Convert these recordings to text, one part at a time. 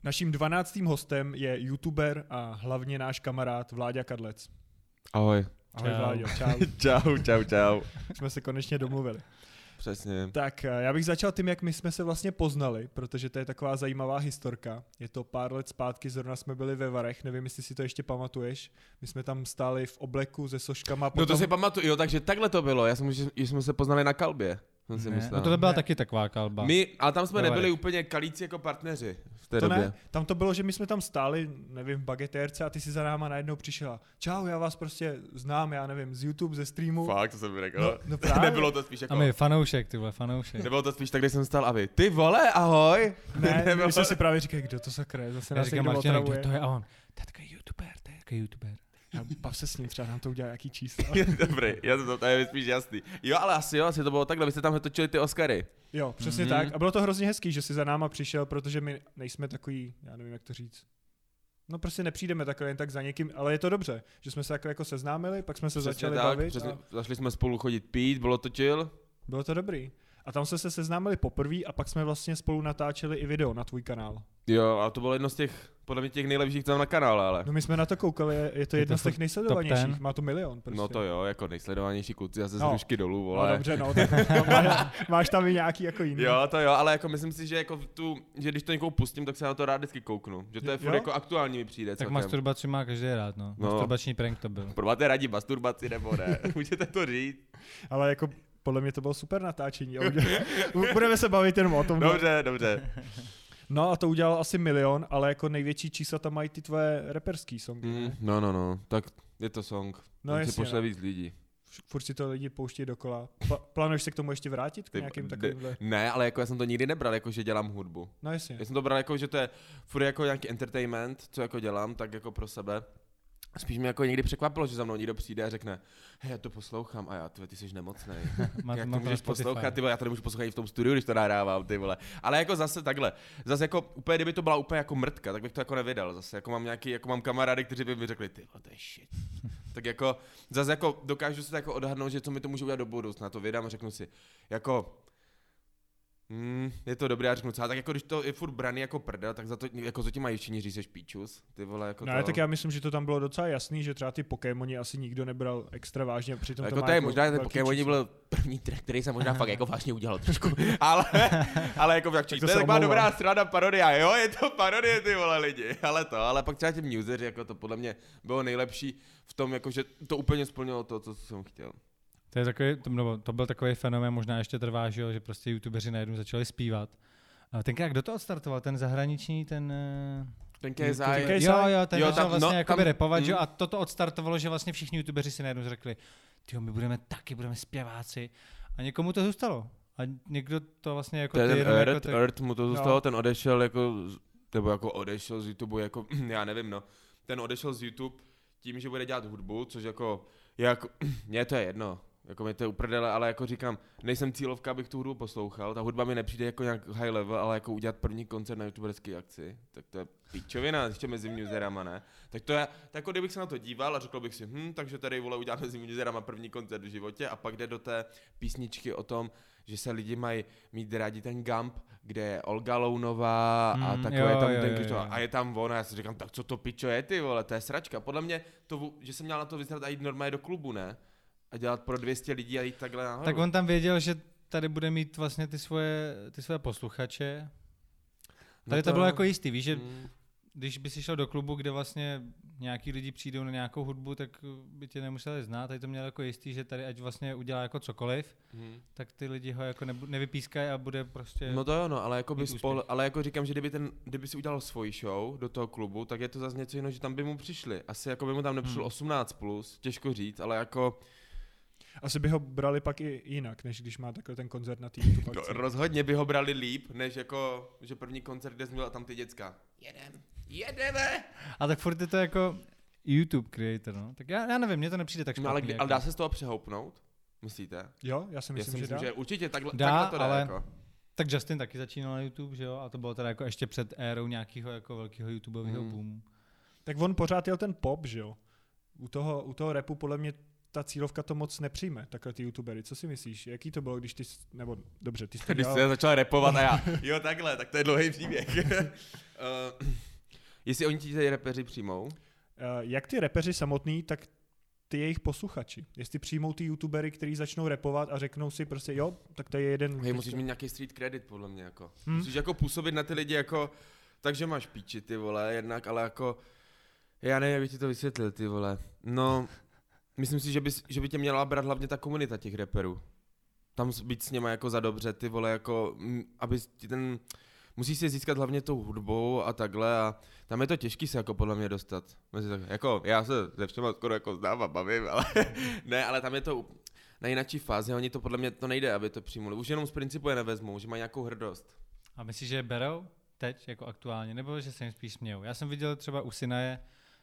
Naším 12. hostem je youtuber a hlavně náš kamarád Vláďa Kadlec. Ahoj. Ahoj Vláďo, čau. čau. Jsme se konečně domluvili. Přesně. Tak já bych začal tím, jak my jsme se vlastně poznali, protože to je taková zajímavá historka. Je to pár let zpátky, zrovna jsme byli ve Varech, nevím, jestli si to ještě pamatuješ. My jsme tam stáli v obleku se soškama. No to si pamatuju, jo, takže takhle to bylo. Já jsem že jsme se poznali na kalbě. No to byla taky taková kalba. Ale tam jsme nebyli úplně kalíci jako partneři v té to době. Ne, tam to bylo, že my jsme tam stáli, nevím, v bagetérce a ty si za náma najednou přišla. Čau, já vás prostě znám, já nevím, z YouTube, ze streamu. Fakt, to jsem mi řekl. No právě. Nebylo to spíš jako... A my fanoušek, ty vole, fanoušek. Nebylo to spíš tak, kde jsem stál a vy, ty vole, ahoj. Ne, my jsme si právě říkali, kdo to sakra je, zase nás někdo otravuje. To je on. To je takový youtuber. Bav se s ním, třeba nám to udělá jaký číslo. Dobrý, to je spíš jasný. Jo, ale asi to bylo takhle, vy jste tam točili ty Oscary. Jo, přesně tak. A bylo to hrozně hezký, že si za náma přišel, protože my nejsme takový, já nevím, jak to říct. No prostě nepřijdeme takhle jen tak za někým, ale je to dobře, že jsme se takhle jako seznámili, pak jsme se začali bavit. Zašli jsme spolu chodit pít, bylo to chill. Bylo to dobrý. A tam jsme se seznámili poprvé a pak jsme vlastně spolu natáčeli i video na tvůj kanál. Jo, a to bylo jedno z těch, podle mě těch nejlepších tam na kanále, ale. No my jsme na to koukali, je to jedno z těch nejsledovanějších, má to 1 milion prostě. No to jo, jako nejsledovanější kluci, já se z rušky dolů, vole. No dobře, no, tak máš tam i nějaký jako jiný. Jo, to jo, ale jako myslím si, že jako že když to někoho pustím, tak se na to rád vždycky kouknu. Že to je furt jako aktuální mi přijde. Tak celkem. masturbaci má každý rád, no. Masturbační prank to byl. Máte rádi masturbaci nebo ne? Můžete to říct. Ale jako podle mě to bylo super natáčení. Budeme se bavit jenom o tom. Dobře. No a to udělal asi 1 milion, ale jako největší čísla tam mají ty tvoje rapperský songy. No, tak je to song. No jasně, si pošle víc lidí. Furt si to lidi pouští dokola. Plánuješ se k tomu ještě vrátit? K nějakým takovýmhle? Ne, ale jako já jsem to nikdy nebral, jako že dělám hudbu. No jasně. Já jsem to bral jako, že to je furt jako nějaký entertainment, co jako dělám, tak jako pro sebe. Spíš mě jako někdy překvapilo, že za mnou někdo přijde a řekne, hej, já to poslouchám a ty jsi nemocnej. Jak to můžeš poslouchat, ty vole, já to nemůžu poslouchat i v tom studiu, když to nahrávám, ty vole. Ale jako zase takhle, zase jako úplně, kdyby to byla úplně jako mrtka, tak bych to jako nevydal. Zase jako mám kamarády, kteří by mi řekli, ty vole, to je shit. Tak jako zase jako dokážu si to jako odhadnout, že co mi to může udělat do budoucna, to vydám a řeknu si, jako je to dobré, já řeknu tak jako když to je furt braný jako prdel, tak za to jako co ti mají všichni říct, jsi píčus, ty vole jako no, to. Tak já myslím, že to tam bylo docela jasný, že třeba ty Pokémoni asi nikdo nebral extra vážně, přitom jako to má je jako možná ten Pokémoni byl první track, který se možná fakt jako vážně udělal trošku, ale jako jak to je má dobrá strana parodie, jo, je to parodie, ty vole lidi, ale pak třeba ti newseři, jako to podle mě bylo nejlepší v tom, jako že to úplně splnilo to, co jsem chtěl. To je takový, to byl takový fenomén, možná ještě trvá, že prostě youtubeři najednou začali zpívat. A tenkrát kdo to odstartoval? Ten zahraniční, ten KSI. Jo, ten začal vlastně jakoby rapovat, a toto odstartovalo, že vlastně všichni youtubeři si najednou řekli, tyjo, my budeme zpěváci. A někomu to zůstalo. A někdo to vlastně jako Earth mu to zůstalo, ten odešel jako odešel z YouTube, jako já nevím, no. Ten odešel z YouTube tím, že bude dělat hudbu, což jako mně to je jedno. Jako mi to je uprdele, ale jako říkám, nejsem cílovka, abych tu hudbu poslouchal, ta hudba mi nepřijde jako nějak high level, ale jako udělat první koncert na youtuberské akci, tak to je píčovina, ještě mezi newserama, ne? Tak to je, tak jako kdybych se na to díval a řekl bych si, takže tady vole udělat mezi newserama první koncert v životě a pak jde do té písničky o tom, že se lidi mají mít rádi ten Gump, kde je Olga Lounová a takové tam ten a je tam ona, já si říkám, tak co to pičo je ty vole, to je sračka, podle mě to, že jsem měl na to vysrat a jít normálně do klubu, ne? A dělat pro 200 lidí a jít takhle nahoru. Tak on tam věděl, že tady bude mít vlastně ty svoje posluchače. Tady to bylo jako jistý, víš, že když by si šel do klubu, kde vlastně nějaký lidi přijdou na nějakou hudbu, tak by tě nemuseli znát. Tady to měl jako jistý, že tady ať vlastně udělá jako cokoliv, tak ty lidi ho jako nevypískají a bude prostě. No to jo, no, ale jako ale jako říkám, že kdyby si udělal svoji show do toho klubu, tak je to zase něco jiného, že tam by mu přišli. Asi jako by mu tam nepřišlo 18+, těžko říct, ale jako asi by ho brali pak i jinak, než když má takhle ten koncert na té YouTube akci. Rozhodně by ho brali líp, než jako, že první koncert, kde měl a tam ty děcka. Jedeme! A tak furt je to jako YouTube creator, no. Tak já nevím, mně to nepřijde tak špatný. No, ale dá se z toho přehoupnout? Myslíte? Jo, já si myslím, že dá. Že určitě takhle to dá, ale jako. Tak Justin taky začínal na YouTube, že jo? A to bylo teda jako ještě před érou nějakého jako velkého YouTubeového boomu. Tak on pořád jel ten pop, že jo? U toho rapu podle mě ta cílovka to moc nepřijme, takhle ty youtubery. Co si myslíš? Jaký to bylo, když ty, nebo dobře, ty jsi to Když dělal? jsi začal rapovat a já, jo takhle, tak to je dlouhý příběh. Jestli oni ti rapeři přijmou? Jak ty rapeři samotný, tak ty jejich posluchači. Jestli přijmou ty youtubery, kteří začnou rapovat a řeknou si prostě jo, tak to je jeden... Hej, musíš mít nějaký street credit podle mě, jako. Musíš jako působit na ty lidi jako, takže máš píči, ty vole, jednak, ale jako, já nevím, jak bych ti to vysvětlil, ty vole. No, myslím si, že by tě měla brát hlavně ta komunita těch raperů. Tam být s něma jako za dobře, ty vole, jako, aby ti ten... Musíš si získat hlavně tou hudbou a takhle a tam je to těžký se jako podle mě dostat. Jako já se ze všema skoro jako znám a bavím, ale ne, ale tam je to na jináčí fázi, oni to podle mě to nejde, aby to přijmuli. Už jenom z principu je nevezmou, že mají nějakou hrdost. A myslíš, že je berou teď jako aktuálně, nebo že se jim spíš smějou? Já jsem viděl třeba u Sinaje,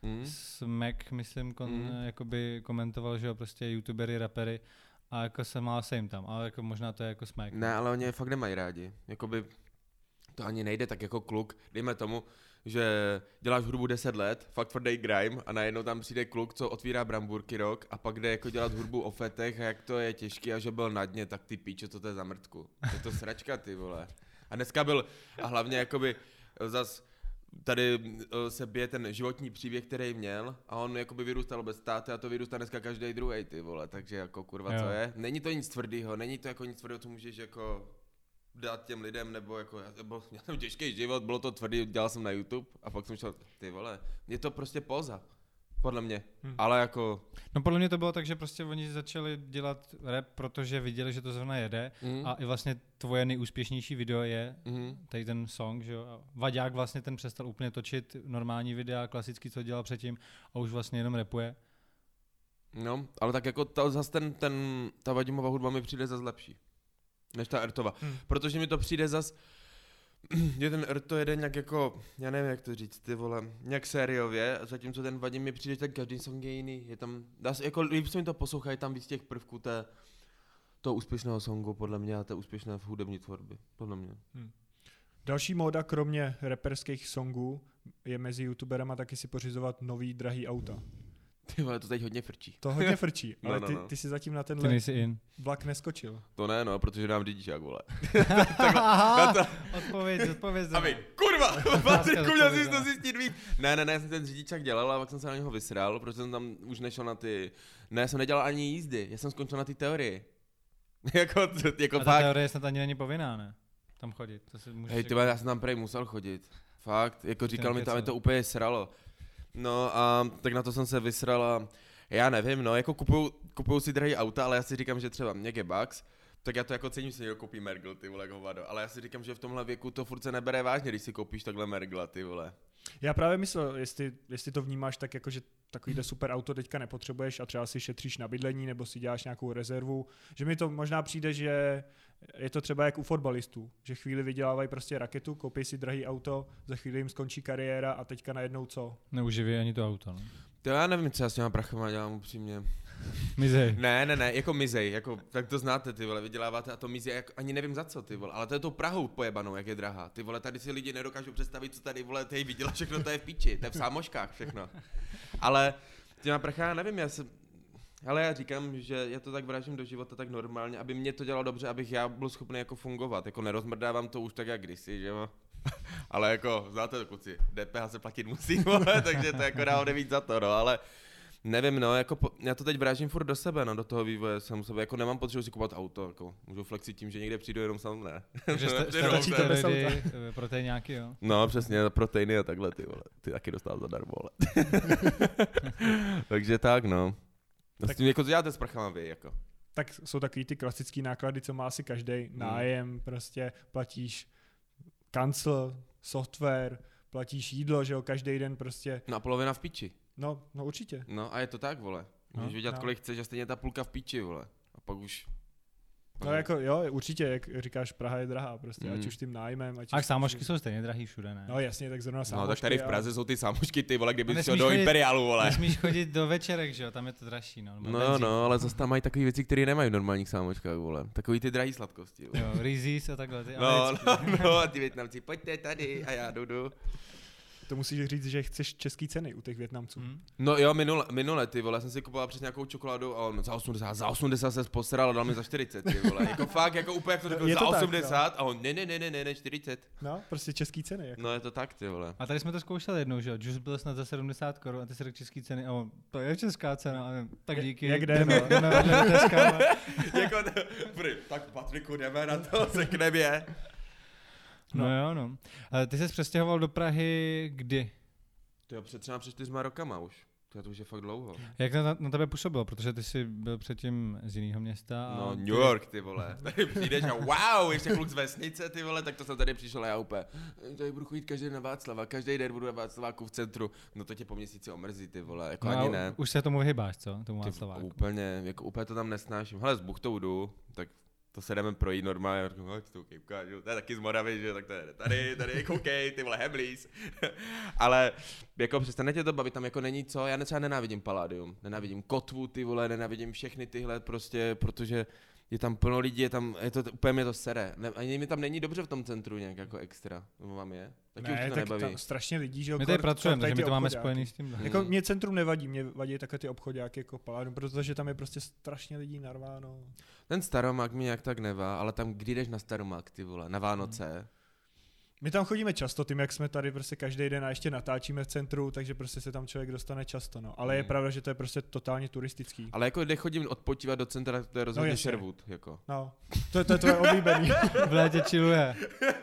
Smek, myslím, jakoby komentoval, že jo, prostě youtubery, rapery a jako se jim tam, ale jako možná to je jako Smek. Ne, ale oni je fakt nemají rádi, jakoby to ani nejde tak jako kluk, dejme tomu, že děláš hudbu 10 let, fakt tvrdý grime a najednou tam přijde kluk, co otvírá brambůrky rok a pak jde jako dělat hudbu o fetech a jak to je těžký a že byl na dně, tak ty píče, co to je za mrtku. Je to sračka, ty vole. A dneska byl, a hlavně jakoby zas tady se bije ten životní příběh, který měl a on jakoby vyrůstal bez táty a to vyrůstá dneska každý druhý, ty vole, takže jako kurva, co je? Není to nic tvrdýho, není to jako nic tvrdého, co můžeš jako dát těm lidem, nebo jako, já jsem těžký život, bylo to tvrdý, dělal jsem na YouTube a pak jsem šel, ty vole, je to prostě póza, podle mě, ale jako... No podle mě to bylo tak, že prostě oni začali dělat rap, protože viděli, že to zrovna jede a i vlastně tvoje nejúspěšnější video je tady ten song, že jo, a Vaďák vlastně ten přestal úplně točit normální videa, klasický, co dělal předtím a už vlastně jenom rapuje. No, ale tak jako zase ta Vadimova hudba mi přijde zase lepší než ta Ertova. Protože mi to přijde zas, že ten Erto jede nějak jako, já nevím jak to říct, ty vole, nějak sériově, zatímco ten Vadim mi přijde, tak každý song je jiný, je tam, jako líp se mi to poslouchají, tam víc těch prvků toho úspěšného songu, podle mě, a té úspěšné hudební tvorby, podle mě. Další móda, kromě rapperských songů, je mezi youtuberama taky si pořizovat nový drahý auta. Ty vole, to teď hodně frčí. To hodně frčí, ale ty jsi zatím na tenhle vlak neskočil. To ne, no, protože nám řidičák, vole. Odpověď. A vy, kurva, Patriku, měl jsi to zjistit víc. Ne, já jsem ten řidičák dělal a pak jsem se na něho vysral, protože jsem tam už nešel na ty, ne, jsem nedělal ani jízdy, já jsem skončil na ty teorii. jako a ta teorie snad ani není povinná, ne? Tam chodit, to si můžeš... Hej, tyhle, já jsem tam prej musel chodit. Fakt, jako říkal mi, tam je to úplně sralo. No a tak na to jsem se vysral a já nevím, no, jako kupuju si drahý auta, ale já si říkám, že třeba mě Gebax, tak já to jako cením, si někdo koupí Mergl, ty vole, hovado, ale já si říkám, že v tomhle věku to furt se nebere vážně, když si koupíš takhle Mergla, ty vole. Já právě myslel, jestli to vnímáš tak jako, že takovýhle super auto teďka nepotřebuješ a třeba si šetříš na bydlení nebo si děláš nějakou rezervu, že mi to možná přijde, že je to třeba jak u fotbalistů, že chvíli vydělávají prostě raketu, koupí si drahý auto, za chvíli jim skončí kariéra a teďka najednou co? Neuživí ani to auto, no. To já nevím, co já s těma prachama dělám upřímně. Mizej. Ne, jako mizej, jako, tak to znáte, ty vole, vyděláváte a to mizej, jako, ani nevím za co, ty vole, ale to je tou Prahou pojebanou, jak je drahá, ty vole, tady si lidi nedokážou představit, co tady, vole, ty viděla, všechno to je v píči, to je v sámoškách všechno, ale těma prachama, já nevím, ale já říkám, že já to tak vrážím do života tak normálně, aby mě to dělalo dobře, abych já byl schopný jako fungovat, jako nerozmrdávám to už tak jak kdysi, že jo. Ale jako, znáte to, kluci, DPH se platit musí, vole, takže to jako dá víc za to, no, ale nevím, no, jako já to teď vrážím furt do sebe, no, do toho vývoje sám sebe, jako nemám potřebu si kupovat auto, jako můžu flexit tím, že někde přijdu jenom sám, ne. Takže stačíte ready proteiňáky, jo? No, přesně, proteiny a takhle, ty vole, ty taky dostal zadarmo, ale. Takže tak, no. Tak s tím jako děláte s prachama vy, jako. Tak jsou takový ty klasický náklady, co má asi každý, nájem, prostě platíš kancel, software, platíš jídlo, že jo, každý den prostě. No a polovina v piči. No určitě. No a je to tak, vole. Můžeš vydělat, kolik chceš a stejně ta půlka v piči, vole. A pak už... No jako jo, určitě, jak říkáš, Praha je drahá prostě, ať už tím nájmem. A sámošky jsou stejně drahý všude, ne? No jasně, tak zrovna sámošky. No tak tady v Praze jsou ty sámošky, ty vole, kdyby šel do Imperiálu, vole. Nesmíš chodit do večerek, že jo, tam je to dražší, no. No, ale zase tam mají takové věci, které nemají v normálních sámoškách, vole. Takový ty drahý sladkosti, vole. Jo, Reese's a takhle, ty No, a ty Vietnamci, pojďte tady a já jdu. To musíš říct, že chceš český ceny u těch Vietnamců. No jo, minule, ty vole, jsem si kupoval přes nějakou čokoládu a on za 80 se posral a dal mi za 40, ty vole. Jako fakt, jako úplně jak to řekl, za 80 tak, no. A on ne, 40. No, prostě český ceny. Jako. No je to tak, ty vole. A tady jsme to zkoušeli jednou, že jo, juice byl snad za 70 korun a ty si řekl český ceny a on, to je česká cena, a tak díky. Jak jdeme jako, tak Patriku, jdeme na to, řekneme je. No jo, no. Ale ty jsi přestěhoval do Prahy kdy? To jo, před 4 rokama už. To už je fakt dlouho. Jak na tebe působilo? Protože ty jsi byl předtím z jiného města. A no, New York, ty vole. Tady přijdeš a wow, ještě kluk z vesnice, ty vole, tak to jsem tady přišel a já úplně. Tady budu chodit každý den na Václava, každý den budu na Václaváku v centru. No to tě po měsíci omrzí, ty vole, jako no ani ne. Už se tomu vyhybáš, co? Tomu Václaváku. Úplně, jako úplně to tam nesnáším. Hele, s Buchtou jdu, tak to se jdeme projít normálně, to je taky z Moravy, že tak to je tady, koukej, ty vole, Hemlís. Ale jako přestane tě to bavit, tam jako není co, já třeba nenávidím Palladium, nenávidím Kotvu, ty vole, nenávidím všechny tyhle prostě, protože je tam plno lidí, úplně mě to sere. Ani mi tam není dobře v tom centru nějak jako extra, nebo vám je? Taky ne, už to tak nebaví. Strašně lidí, že jo. My tady pracujeme, takže my to máme spojený s tím. Jako mě centrum nevadí, mě vadí takové ty obchodáky jako Palladium, protože tam je prostě strašně lidí narváno. Ten Staromák mi nějak tak nevá, ale tam kdy jdeš na Staromák, ty vole, na Vánoce? My tam chodíme často, tím jak jsme tady prostě každý den a ještě natáčíme v centru, takže prostě se tam člověk dostane často, no. Ale je pravda, že to je prostě totálně turistický. Ale jako kde chodím odpočívat do centra, to je rozhodně Sherwood, jako. No, to je tvoje oblíbený. V létě chilluje.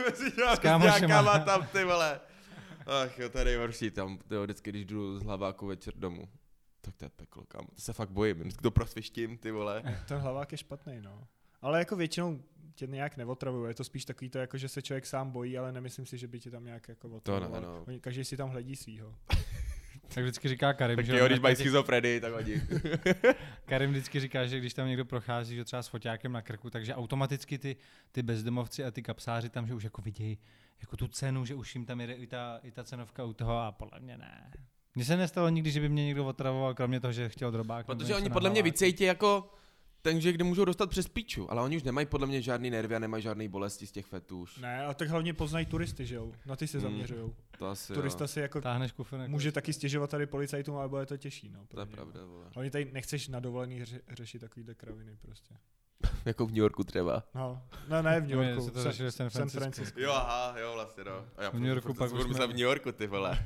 S kámošema tam, ty vole. Ach jo, to je nejhorší tam, tyjo, vždycky, když jdu z Hlaváku večer domů. Tak to je peklo, kámo. To se fakt bojím, vždycky to prosvištím, ty vole. Ten Hlavák je špatný, no. Ale jako většinou tě nějak neotravuje, je to spíš takový to, jako že se člověk sám bojí, ale nemyslím si, že by tě tam nějak jako otravoval. To ne, no. Každý si tam hledí svýho. Tak vždycky říká Karim, tak že... Tak když mají schizofrenii, tak hodí. Karim vždycky říká, že když tam někdo prochází, že třeba s foťákem na krku, takže automaticky ty bezdomovci a ty kapsáři tam, že už jako vidějí jako tu cenu, že už jim tam jede i ta cenovka u toho a podle mě ne. Mně se nestalo nikdy, že by mě někdo otravoval, kromě toho, že chtěl drobák. Protože oni podle mě vycejtí jako takže kde můžou dostat přes píču, ale oni už nemají podle mě žádný nervy a nemají žádný bolesti z těch fetů už. Ne, a tak hlavně poznají turisty, že jo? Na ty se zaměřujou. To asi turista jo. si jako může taky stěžovat tady policajtům, ale bude to těžší, no. To je pravda, vole. Hlavně tady nechceš na dovolený řešit takovýhle kraviny prostě. Jako v New Yorku třeba. No ne v New Yorku, v San Francisco. Jo, aha, jo vlastně, no. A já v New Yorku pak už myslím v New Yorku, ty vole.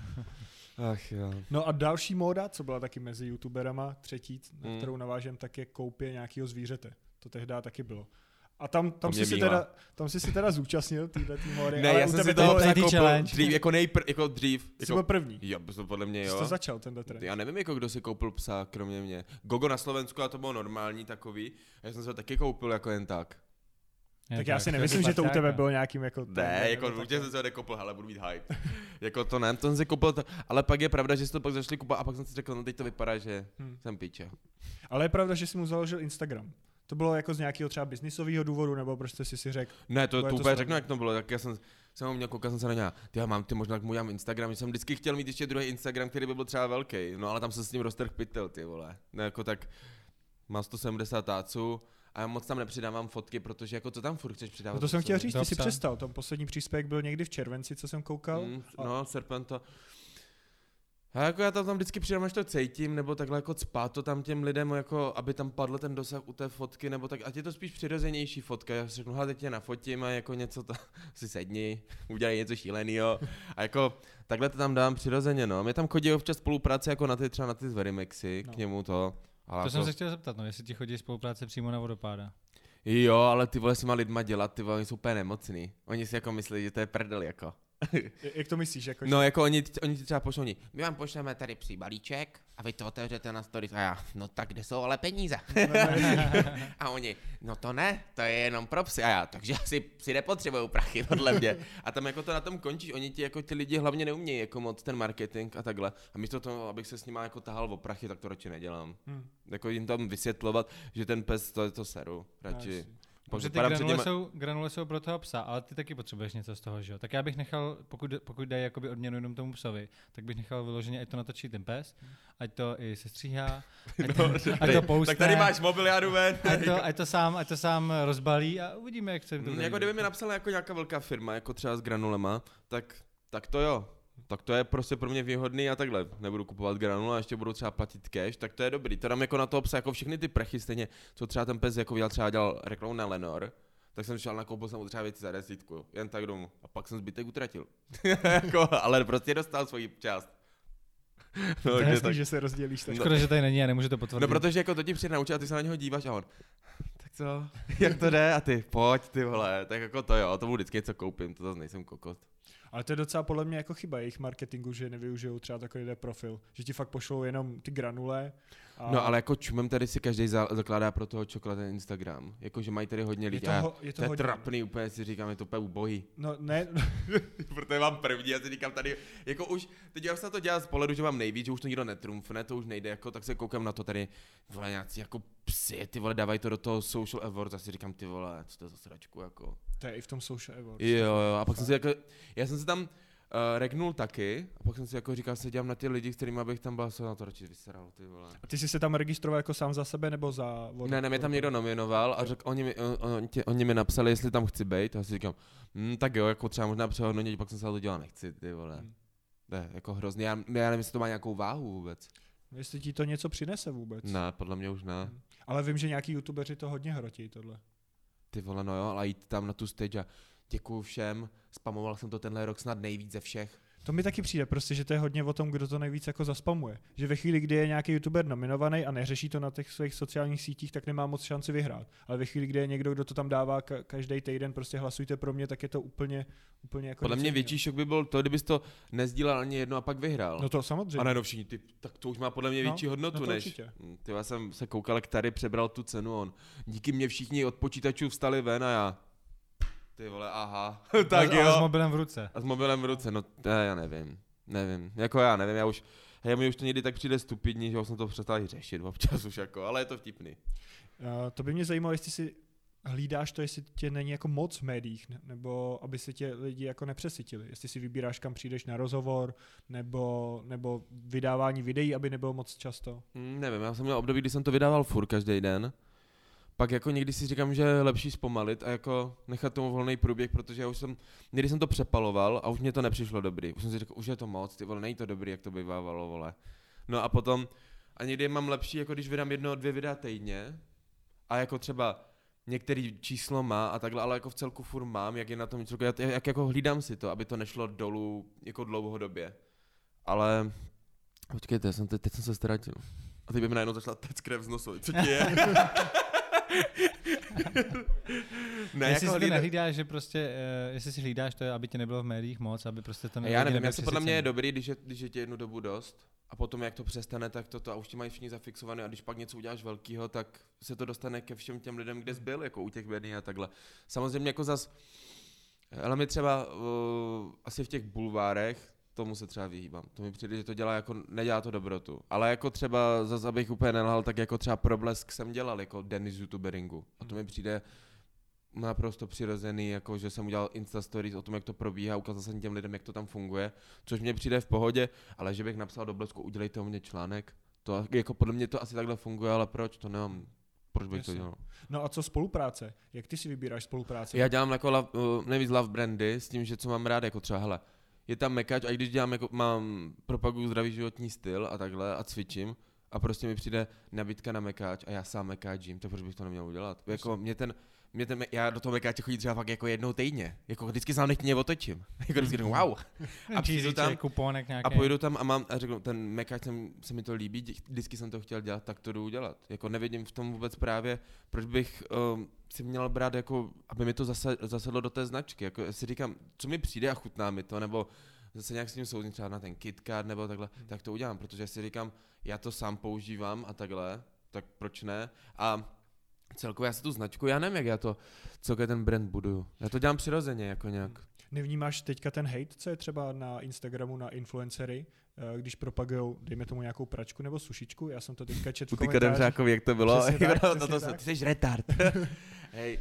Ach jo. No a další móda, co byla taky mezi youtuberama, třetí, na kterou navážem, tak je koupě nějakého zvířete. To tehdy taky bylo. A tam jsi si teda zúčastnil tý módy. Ne, ale já jsem si toho koupil dřív, jako dřív. Jsi byl první. Jo, podle mě jo. Jsi to začal, tenhle trend. Já nevím, jako kdo si koupil psa, kromě mě. Gogo na Slovensku, a to bylo normální takový. Já jsem se ho taky koupil jako jen tak. Tak já si nemyslím, že to u tebe bylo nějakým jako... Ne, jako určitě jsem se ho nekoupil, hele, budu mít hype. Jako to ne, to jsem si koupil, ale pak je pravda, že si to pak zašli kupovat a pak jsem si řekl, no teď to vypadá, že jsem píče. Ale je pravda, že jsi mu založil Instagram. To bylo jako z nějakého třeba biznisového důvodu, nebo prostě si řekl... Ne, to úplně řeknu, jak to bylo, tak já jsem ho měl, koukal jsem se na něj, možná mu dělám Instagram, že jsem vždycky chtěl mít ještě druhý Instagram, který by byl třeba velký, no ale tam se s ním roztrh pytel, ty vole. Ne, jako tak, mám 170 táců, a já moc tam nepřidávám fotky, protože jako to tam furt chceš přidávat. No to jsem chtěl říct, ty jsi přestal, tam poslední příspěvek byl někdy v červenci, co jsem koukal. No, Serpento. A jako já tam vždycky přidám, až to cítím, nebo takhle jako cpát to tam těm lidem, jako aby tam padl ten dosah u té fotky, nebo tak, ať je to spíš přirozenější fotka. Já si řeknu, hele, teď tě nafotím a jako něco to, si sedni, udělej něco šílenýho. A jako takhle to tam dám přirozeně, no. Mě tam chodí občas spolupráce jako na ty třeba na ty Zverimexy, k němu to. Ale to jsem se chtěl zeptat, no, jestli ti chodí spolupráce přímo na Vodopáda. Jo, ale ty vole s těma lidma dělat, ty vole, oni jsou úplně nemocný. Oni si jako myslí, že to je prdel jako. Jak to myslíš? Jako, no jako oni třeba pošlou, my vám pošleme tady při balíček a vy to otevřete na stories a já, no tak kde jsou ale peníze? A oni, no to ne, to je jenom pro psy a já, takže asi psy nepotřebují prachy podle mě. A tam jako to na tom končíš, oni ti jako ty lidi hlavně neumějí jako moc ten marketing a takhle. A místo toho, abych se s nima jako tahal o prachy, tak to radši nedělám. Jako jim tam vysvětlovat, že ten pes to seru, radši. Protože ty granule jsou pro toho psa, ale ty taky potřebuješ něco z toho, že jo? Tak já bych nechal, pokud dají jakoby odměnu jenom tomu psovi, tak bych nechal vyloženě, ať to natočí ten pes, ať to i sestříhá, ať to poustne. Tak tady máš mobil, já jdu ven. Ať to sám rozbalí a uvidíme, jak se to jako kdyby mi napsala jako nějaká velká firma, jako třeba s granulema, tak to jo. tak to je prostě pro mě výhodný a takhle. Nebudu kupovat granule a ještě budu třeba platit cash, tak to je dobrý. To dám jako na toho psa, jako všechny ty prachy stejně, co třeba ten pes jako dělal reklamu na Lenor, tak jsem šel nakoupil jsem mu třeba věci za 10, jen tak domů. A pak jsem zbytek utratil. Jako, ale prostě dostal svoji část. No, to je hezký, že se rozdělíš. Tak. Škoda, že tady není a nemůžete potvrdit. No protože jako to ti přijde naučit a ty se na něho díváš a on, tak co, jak to jde a ty, pojď ty vole, tak jako to jo, tomu vždycky něco koupím, to zase nejsem kokot. Ale to je docela podle mě jako chyba jejich marketingu, že nevyužijou třeba takovýhle profil, že ti fakt pošlou jenom ty granule. A... No ale jako čumem tady si každý zakládá pro toho čokoláda ten Instagram, jakože mají tady hodně lidí to je trapný úplně, si říkám, je to úplně ubohý. No ne. Protože mám první, já si říkám tady, jako už, teď já se to dělá z pohledu, že mám nejvíc, že už to nikdo netrumfne, to už nejde, jako, tak se koukám na to tady, vole, nějací jako psy, ty vole, dávají to do toho Social Awards a si říkám, ty vole, co to je za sračku, jako. To je i v tom Social Awards. Jo, a pak jsem si jako, já jsem si tam regnul taky a pak jsem si jako říkal, se dělám na ty lidi, s kterými bych tam byl, se na to radši vyseral, ty vole. A ty jsi se tam registroval jako sám za sebe nebo za... Ne, mě tam někdo nominoval a oni mi napsali, jestli tam chci bejt a já si říkám, tak jo, jako třeba možná přehodnotit, pak jsem se to dělal, nechci, ty vole. To je jako hrozný, já nevím, jestli to má nějakou váhu vůbec. Jestli ti to něco přinese vůbec. Ne, podle mě už ne. Ale vím, že nějaký youtubeři to hodně hrotí, tohle. Ty vole, no jo, ale jít tam na tu stage a děkuju všem, spamoval jsem to tenhle rok snad nejvíc ze všech. To mi taky přijde, prostě, že to je hodně o tom, kdo to nejvíc jako zaspamuje. Že ve chvíli, kdy je nějaký youtuber nominovaný a neřeší to na těch svých sociálních sítích, tak nemá moc šanci vyhrát. Ale ve chvíli, kdy je někdo, kdo to tam dává každý týden, prostě hlasujte pro mě, tak je to úplně jako... Podle mě větší šok by byl to, kdybys to nezdílel ani jedno a pak vyhrál. No to samozřejmě. A ne, no všichni, tak to už má podle mě větší hodnotu, než... Ty, já jsem se koukal, jak tady přebral tu cenu, on. Díky mě všichni od počítačů vstali ven a já... Ty vole, aha, tak jo. A s mobilem v ruce. A s mobilem v ruce, no já nevím, jako já nevím, mi už to někdy tak přijde stupidní, že už jsem to přestal řešit občas už jako, ale je to vtipný. To by mě zajímalo, jestli si hlídáš to, jestli tě není jako moc v médiích, nebo aby se tě lidi jako nepřesytili, jestli si vybíráš, kam přijdeš na rozhovor, nebo vydávání videí, aby nebylo moc často. Nevím, já jsem měl období, kdy jsem to vydával furt každý den. Pak jako někdy si říkám, že je lepší zpomalit a jako nechat tomu volný průběh, protože já už někdy jsem to přepaloval a už mě to nepřišlo dobrý. Už jsem si řekl, už je to moc, ty vole, není to dobrý, jak to bývávalo, vole. No a potom, a někdy mám lepší, jako když vydám 1-2 videa týdně a jako třeba některý číslo má a takhle, ale jako v celku furt mám, jak je na tom celku, jak jako hlídám si to, aby to nešlo dolů jako dlouhodobě. Ale, počkejte, teď jsem se ztratil. A teď by mi najednou začala téct krev z nosu, co ti je? Ne, jestli jako si to nehlídáš, že prostě, jestli si hlídáš to, aby tě nebylo v médiích moc, aby prostě to já nevím, jak podle mě je dobrý, když je tě jednu dobu dost a potom jak to přestane, tak to a už ti mají všichni zafixované a když pak něco uděláš velkýho, tak se to dostane ke všem těm lidem, kde jsi byl, jako u těch médií a takhle. Samozřejmě jako ale my třeba asi v těch bulvárech, tomu se třeba vyhýbám. To mi přijde, že to dělá jako, nedělá to dobrotu. Ale jako třeba, zase abych úplně nelhal, tak jako třeba Problesk jsem dělal jako den z youtuberingu. A to mi přijde naprosto přirozený, jako že jsem udělal Insta stories o tom, jak to probíhá, ukázal jsem těm lidem, jak to tam funguje, což mě přijde v pohodě, ale že bych napsal do blesku, udělejte o mě článek, to jako podle mě to asi takhle funguje, ale proč, to nemám. Proč bych to dělal? No a co spolupráce? Jak ty si vybíráš spolupráci? Já dělám jako nejvíc love brandy s tím, že co mám rád, jako třeba hele, je tam mekač a i když dělám jako, propaguju zdravý životní styl a takhle a cvičím a prostě mi přijde nabídka na mekáč a já sám mekáčím, tak proč bych to neměl udělat? Jako já do toho mekáče chodím třeba fakt jako jednou týdně, jako vždycky sám nechtěně otočím, jako vždycky řeknu wow. A přijdu tam a pojedu tam a řeknu, ten mekáč se mi to líbí, vždycky jsem to chtěl dělat, tak to jdu udělat. Jako nevidím v tom vůbec právě, proč bych si měl brát jako, aby mi to zasedlo do té značky, jako si říkám, co mi přijde a chutná mi to, nebo zase nějak s tím soudím třeba na ten KitKat nebo takhle, tak to udělám, protože si říkám, já to sám používám a takhle, tak proč ne? A celkově já si tu značku, já nevím, jak já to, celkově ten brand buduju. Já to dělám přirozeně, jako nějak. Nevnímáš teďka ten hate, co je třeba na Instagramu na influencery, když propagujou, dejme tomu nějakou pračku nebo sušičku? Já jsem to teďka četl v komentářích. Jak to bylo? Ty jsi retard. Hej,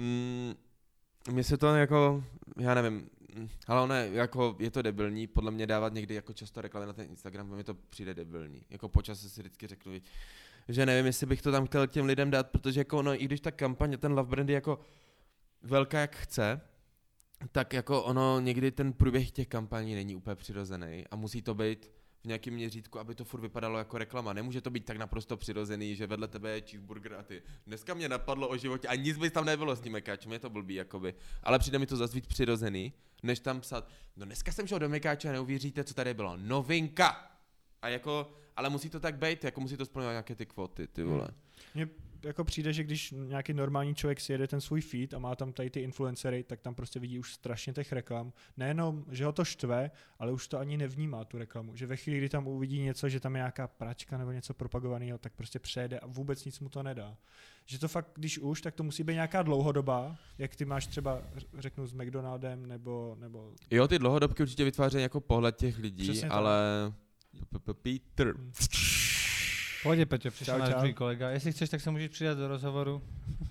mně se to jako, já nevím, ale ono jako je to debilní, podle mě dávat někdy jako často reklamy na ten Instagram, mi to přijde debilní. Jako počas si vždycky řeknu, že nevím, jestli bych to tam chtěl těm lidem dát, protože jako no, i když ta kampaně, ten love brand je jako velká jak chce, tak jako ono někdy ten průběh těch kampaní není úplně přirozený a musí to být v nějakém měřítku, aby to furt vypadalo jako reklama. Nemůže to být tak naprosto přirozený, že vedle tebe je cheeseburger a ty. Dneska mě napadlo o životě a nic by tam nebylo s tím mekáčem, je to blbý jakoby. Ale přijde mi to zase víc přirozený, než tam psat, no dneska jsem šel do mekáče a neuvěříte, co tady bylo. Novinka! A jako, ale musí to tak být, jako musí to splňovat nějaké ty kvóty, ty vole. Mně jako přijde, že když nějaký normální člověk si jede ten svůj feed a má tam tady ty influencery, tak tam prostě vidí už strašně těch reklam. Nejenom, že ho to štve, ale už to ani nevnímá tu reklamu. Že ve chvíli, kdy tam uvidí něco, že tam je nějaká pračka nebo něco propagovaného, tak prostě přejede a vůbec nic mu to nedá. Že to fakt, když už, tak to musí být nějaká dlouhodoba, jak ty máš třeba, řeknu, s McDonaldem nebo... Jo, ty dlouhodobky určitě vytvářejí jako pohled těch lidí, přesně ale... Peter. Pohodě, Peťo, přišel Čau, náš čau. druhý kolega. Jestli chceš, tak se můžeš přidat do rozhovoru.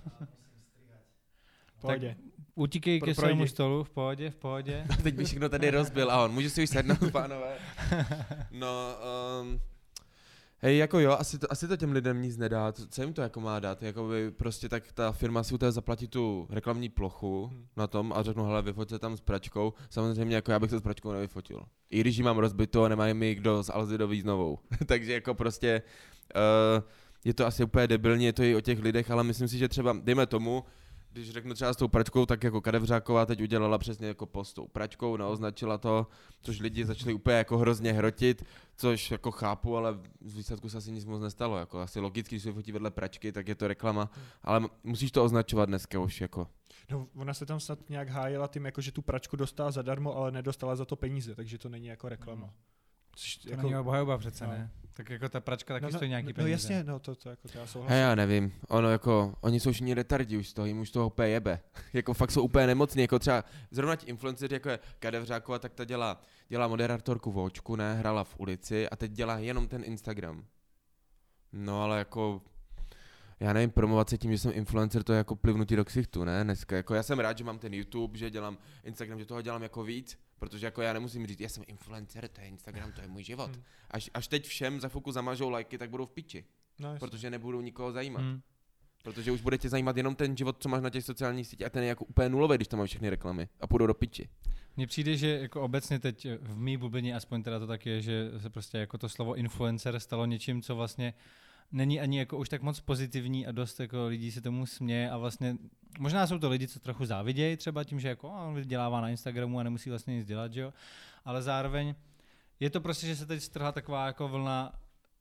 Pohodě. Utíkej ke svému stolu, v pohodě. Teď by všechno tady rozbil a on, může si už sednout, pánové. No, hej, jako jo, asi to těm lidem nic nedá, co jim to jako má dát, jakoby prostě tak ta firma si u té zaplatí tu reklamní plochu na tom a řeknu, hele, vyfoť se tam s pračkou, samozřejmě jako já bych to s pračkou nevyfotil. I když ji mám rozbitou a nemá mi kdo z Alzy dovízt novou. Takže jako prostě je to asi úplně debilní, je to i o těch lidech, ale myslím si, že třeba, dejme tomu, když řeknu třeba s tou pračkou, tak jako Kadevřáková teď udělala přesně jako post s tou pračkou, naoznačila to, což lidi začali úplně jako hrozně hrotit, což jako chápu, ale v výsledku se asi nic moc nestalo, jako asi logicky, když se fotí vedle pračky, tak je to reklama, ale musíš to označovat dneska už jako. No, ona se tam snad nějak hájila tím, jako, že tu pračku dostala zadarmo, ale nedostala za to peníze, takže to není jako reklama. To jako, není obhajoba přece, no. Ne? Tak jako ta pračka taky stojí nějaký peníze. No jasně, no to jako to já souhlasím. Hej, já nevím, ono jako, oni jsou všichni retardi už toho, jim už toho úplně jebe. Jako fakt jsou úplně nemocní, jako třeba zrovna ti influenceři, jako je Kadevřáková, tak ta dělá moderátorku v Očku, ne, hrála v Ulici a teď dělá jenom ten Instagram. No ale jako, já nevím, promovat se tím, že jsem influencer, to je jako plivnutí do ksichtu, ne, dneska. Jako já jsem rád, že mám ten YouTube, že dělám Instagram, že toho dělám jako víc, protože jako já nemusím říct, já jsem influencer, to je Instagram, to je můj život. Až teď všem za chvilku zamažou lajky, tak budou v piči, protože nebudou nikoho zajímat. Protože už bude tě zajímat jenom ten život, co máš na těch sociálních sítích a ten je jako úplně nulový, když tam máš všechny reklamy a půjdou do piči. Mně přijde, že jako obecně teď v mý bublině, aspoň teda to tak je, že se prostě jako to slovo influencer stalo něčím, co vlastně není ani jako už tak moc pozitivní a dost jako lidí se tomu směje a vlastně možná jsou to lidi, co trochu závidějí třeba tím, že jako on vydělává na Instagramu a nemusí vlastně nic dělat, že jo, ale zároveň je to prostě, že se teď strhla taková jako vlna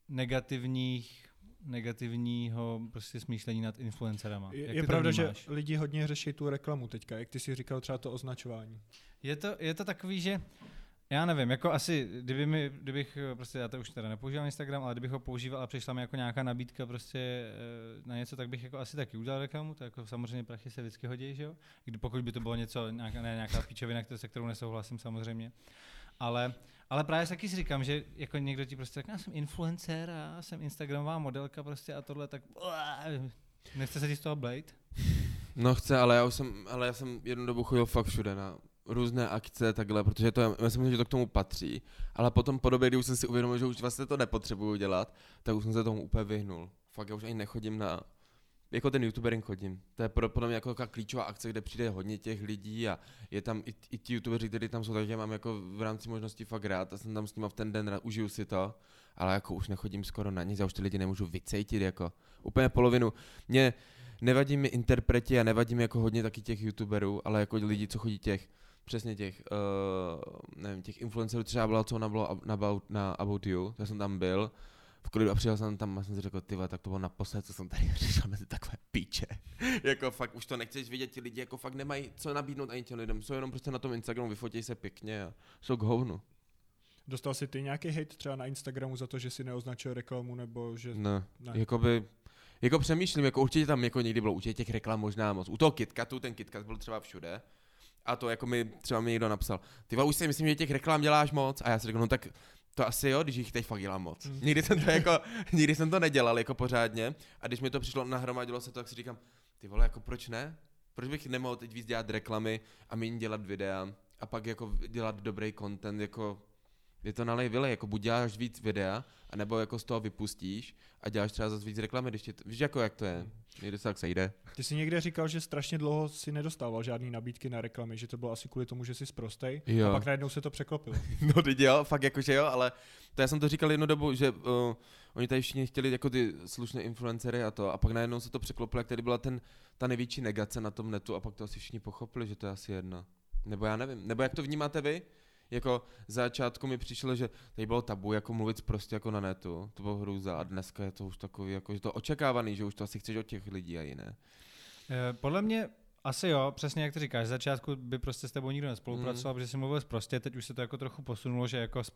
negativního prostě smýšlení nad influencerama. Je pravda, že lidi hodně řeší tu reklamu teďka, jak ty si říkal třeba to označování. Je to takový, že já nevím, jako asi, kdybych prostě, já to už teda nepoužívám Instagram, ale kdybych ho používal a přišla mi jako nějaká nabídka prostě na něco, tak bych jako asi taky udělal reklamu, to jako samozřejmě prachy se vždycky hodí, že jo? Pokud by to bylo něco, nějaká píčovina, se kterou nesouhlasím samozřejmě, ale právě taky si říkám, že jako někdo ti prostě řekne, já jsem influencer a jsem instagramová modelka prostě a tohle, tak nechce se ti z toho blejt? No chce, ale já jsem jednu dobu chodil fakt všude na různé akce takhle, protože to, já si myslím, že to k tomu patří, ale potom po době, kdy už jsem si uvědomil, že už vlastně to nepotřebuju dělat, tak už jsem se tomu úplně vyhnul. Fakt já už ani nechodím jako ten youtubering chodím. To je podle mě jako klíčová akce, kde přijde hodně těch lidí a je tam i ti youtubeři, kteří tam jsou, takže mám jako v rámci možností fakt rád a jsem tam s nima v ten den, užiju si to, ale jako už nechodím skoro na nic, já už ty lidi nemůžu vycejtit jako úplně polovinu. Mě nevadí mi interpreti a nevadí mi jako hodně taky těch youtuberů, ale jako lidi, co chodí přesně těch influencerů, třeba byla, co ona bylo na About You, já jsem tam byl, v klidu a přijel jsem tam a jsem si řekl, tyhle, tak to bylo naposled, co jsem tady řešil mezi takové píče. Jako fakt už to nechceš vidět, ti lidi jako fakt nemají co nabídnout ani těm lidem, jsou jenom prostě na tom Instagramu, vyfotí se pěkně a jsou k hovnu. Dostal jsi ty nějaký hate třeba na Instagramu za to, že si neoznačil reklamu, nebo že... Ne. Jako přemýšlím, jako určitě tam jako někdy bylo určitě těch reklam možná moc. U toho KitKatu, ten KitKat byl třeba všude. A to jako mi někdo napsal, ty už si myslím, že těch reklam děláš moc. A já si řekl, no tak to asi jo, když jich teď fakt dělám moc. Nikdy jsem to nedělal jako pořádně. A když mi to přišlo, nahromadilo se to, tak si říkám, ty vole, jako proč ne? Proč bych nemohl teď víc dělat reklamy a méně dělat videa a pak jako dělat dobrý content, jako Je to nalej vylej, jako buď děláš víc videa, anebo jako z toho vypustíš a děláš třeba zase víc reklamy, když víš jako jak to je, někdy se tak sejde. Ty jsi někde říkal, že strašně dlouho si nedostával žádný nabídky na reklamy, že to bylo asi kvůli tomu, že jsi sprostej, a pak najednou se to překlopilo. No teď jo, fakt jakože jo, ale to já jsem to říkal jednu dobu, že oni tady všichni chtěli jako ty slušné influencery a to, a pak najednou se to překlopilo, jak tady byla ta největší negace na tom netu a pak to asi všichni pochopili, že to je asi jedno. Nebo já nevím, nebo jak to vnímáte vy? Jako začátku mi přišlo, že tady bylo tabu jako mluvit prostě jako na netu, to bylo hrůza a dneska je to už takový, jako, že to očekávaný, že už to asi chceš od těch lidí a jiné. Podle mě asi jo, přesně jak ty říkáš, z začátku by prostě s tebou nikdo nespolupracoval, protože jsi mluvil sprostě, teď už se to jako trochu posunulo, že jako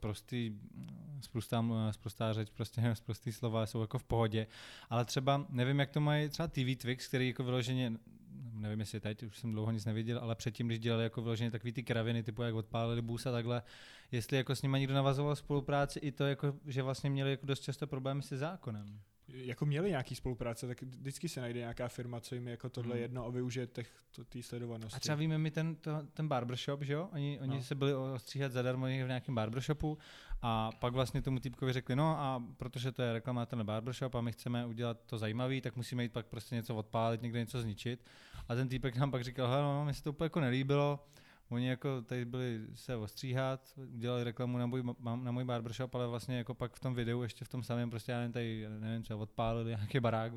sprostá řeč, prostě sprostý slova jsou jako v pohodě, ale třeba, nevím jak to mají třeba TV Twix, který jako vyloženě, nevím jestli teď, už jsem dlouho nic neviděl, ale předtím, když dělali jako vyloženě takový ty kraviny, typu jak odpálili bus a takhle, jestli jako s nimi někdo navazoval spolupráci i to, jako, že vlastně měli jako dost často problémy se zákonem. Jako měli nějaký spolupráce, tak vždycky se najde nějaká firma, co jim jako tohle jedno a využije té sledovanosti. A třeba víme my ten barbershop, že jo? Oni se byli ostříhat zadarmo v nějakém barbershopu a pak vlastně tomu týpkovi řekli, no a protože to je reklama na barbershop a my chceme udělat to zajímavý, tak musíme jít pak prostě něco odpálit, někde něco zničit. A ten týpek nám pak říkal, hele, no, mi se to úplně jako nelíbilo. Oni jako tady byli se ostříhat, udělali reklamu na můj barbershop, ale vlastně jako pak v tom videu ještě v tom samém prostě já nevím, třeba odpálili nějaký barák,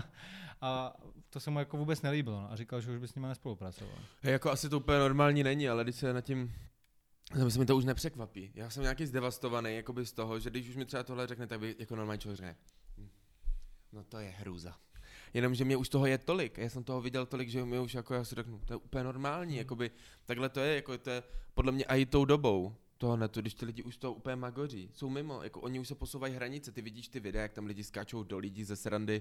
a to se mu jako vůbec nelíbilo, no, a říkal, že už by s nimi nespolupracoval. Jako asi to úplně normální není, ale když se nad tím, se mi to už nepřekvapí. Já jsem nějaký zdevastovaný jakoby z toho, že když už mi třeba tohle řekne, tak by jako normální člověk řekne, no to je hrůza. Jenomže mě už toho je tolik, já jsem toho viděl tolik, že mě už jako já si řeknu, to je úplně normální, jakoby, takhle to je, jako to je podle mě i tou dobou toho netu, když ty lidi už toho úplně magoří, jsou mimo, jako oni už se posouvají hranice, ty vidíš ty videa, jak tam lidi skáčou do lidí ze srandy,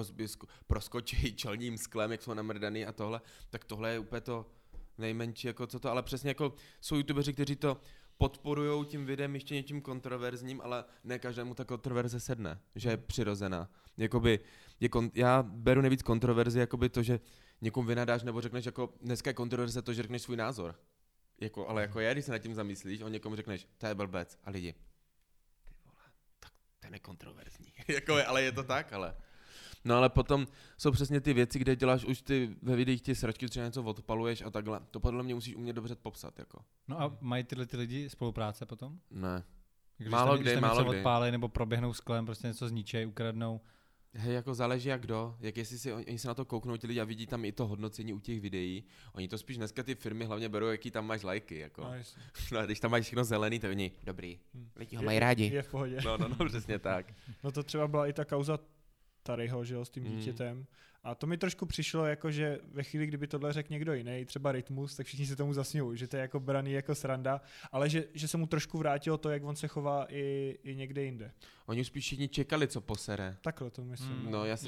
proskočí čelním sklem, jak jsou namrdaný a tohle, tak tohle je úplně to nejmenší, jako co to, ale přesně jako jsou youtubeři, kteří to podporujou tím videem ještě něčím kontroverzním, ale ne každému ta kontroverze sedne, že je přirozená. Jakoby, já beru nejvíc kontroverzi, jakoby to, že někomu vynadáš nebo řekneš, jako dneska je kontroverze to, že řekneš svůj názor. Jako, ale jako když se nad tím zamyslíš, o někomu řekneš, to je blbec, a lidi, ty vole, tak to je nekontroverzní. Jako, ale je to tak, ale. No ale potom jsou přesně ty věci, kde děláš už ty ve videích ty sračky, třeba něco odpaluješ a takhle. To podle mě musíš umět dobře popsat, jako. No a mají tyhle ty lidi spolupráce potom? Ne. Když málo kdy. Málo odpálej nebo proběhnou sklem, prostě něco zničej, ukradnou. Hej, jako záleží jak kdo, jak jestli si oni se na to kouknou ti lidi a vidí tam i to hodnocení u těch videí. Oni to spíš dneska ty firmy hlavně berou, jaký tam máš lajky, jako. No a když tam máš všechno zelený, tak oni, dobrý, lidi ho mají rádi. Je v pohodě. No, přesně tak. No to třeba byla i ta kauza Taryho, že jo, s tím dítětem. A to mi trošku přišlo, jako že ve chvíli, kdyby tohle řekl někdo jiný, třeba Rytmus, tak všichni se tomu zasmějí, že to je jako braný jako sranda, ale že se mu trošku vrátilo to, jak on se chová i někde jinde. Oni už spíš všichni čekali, co posere. Takhle to myslím. No, já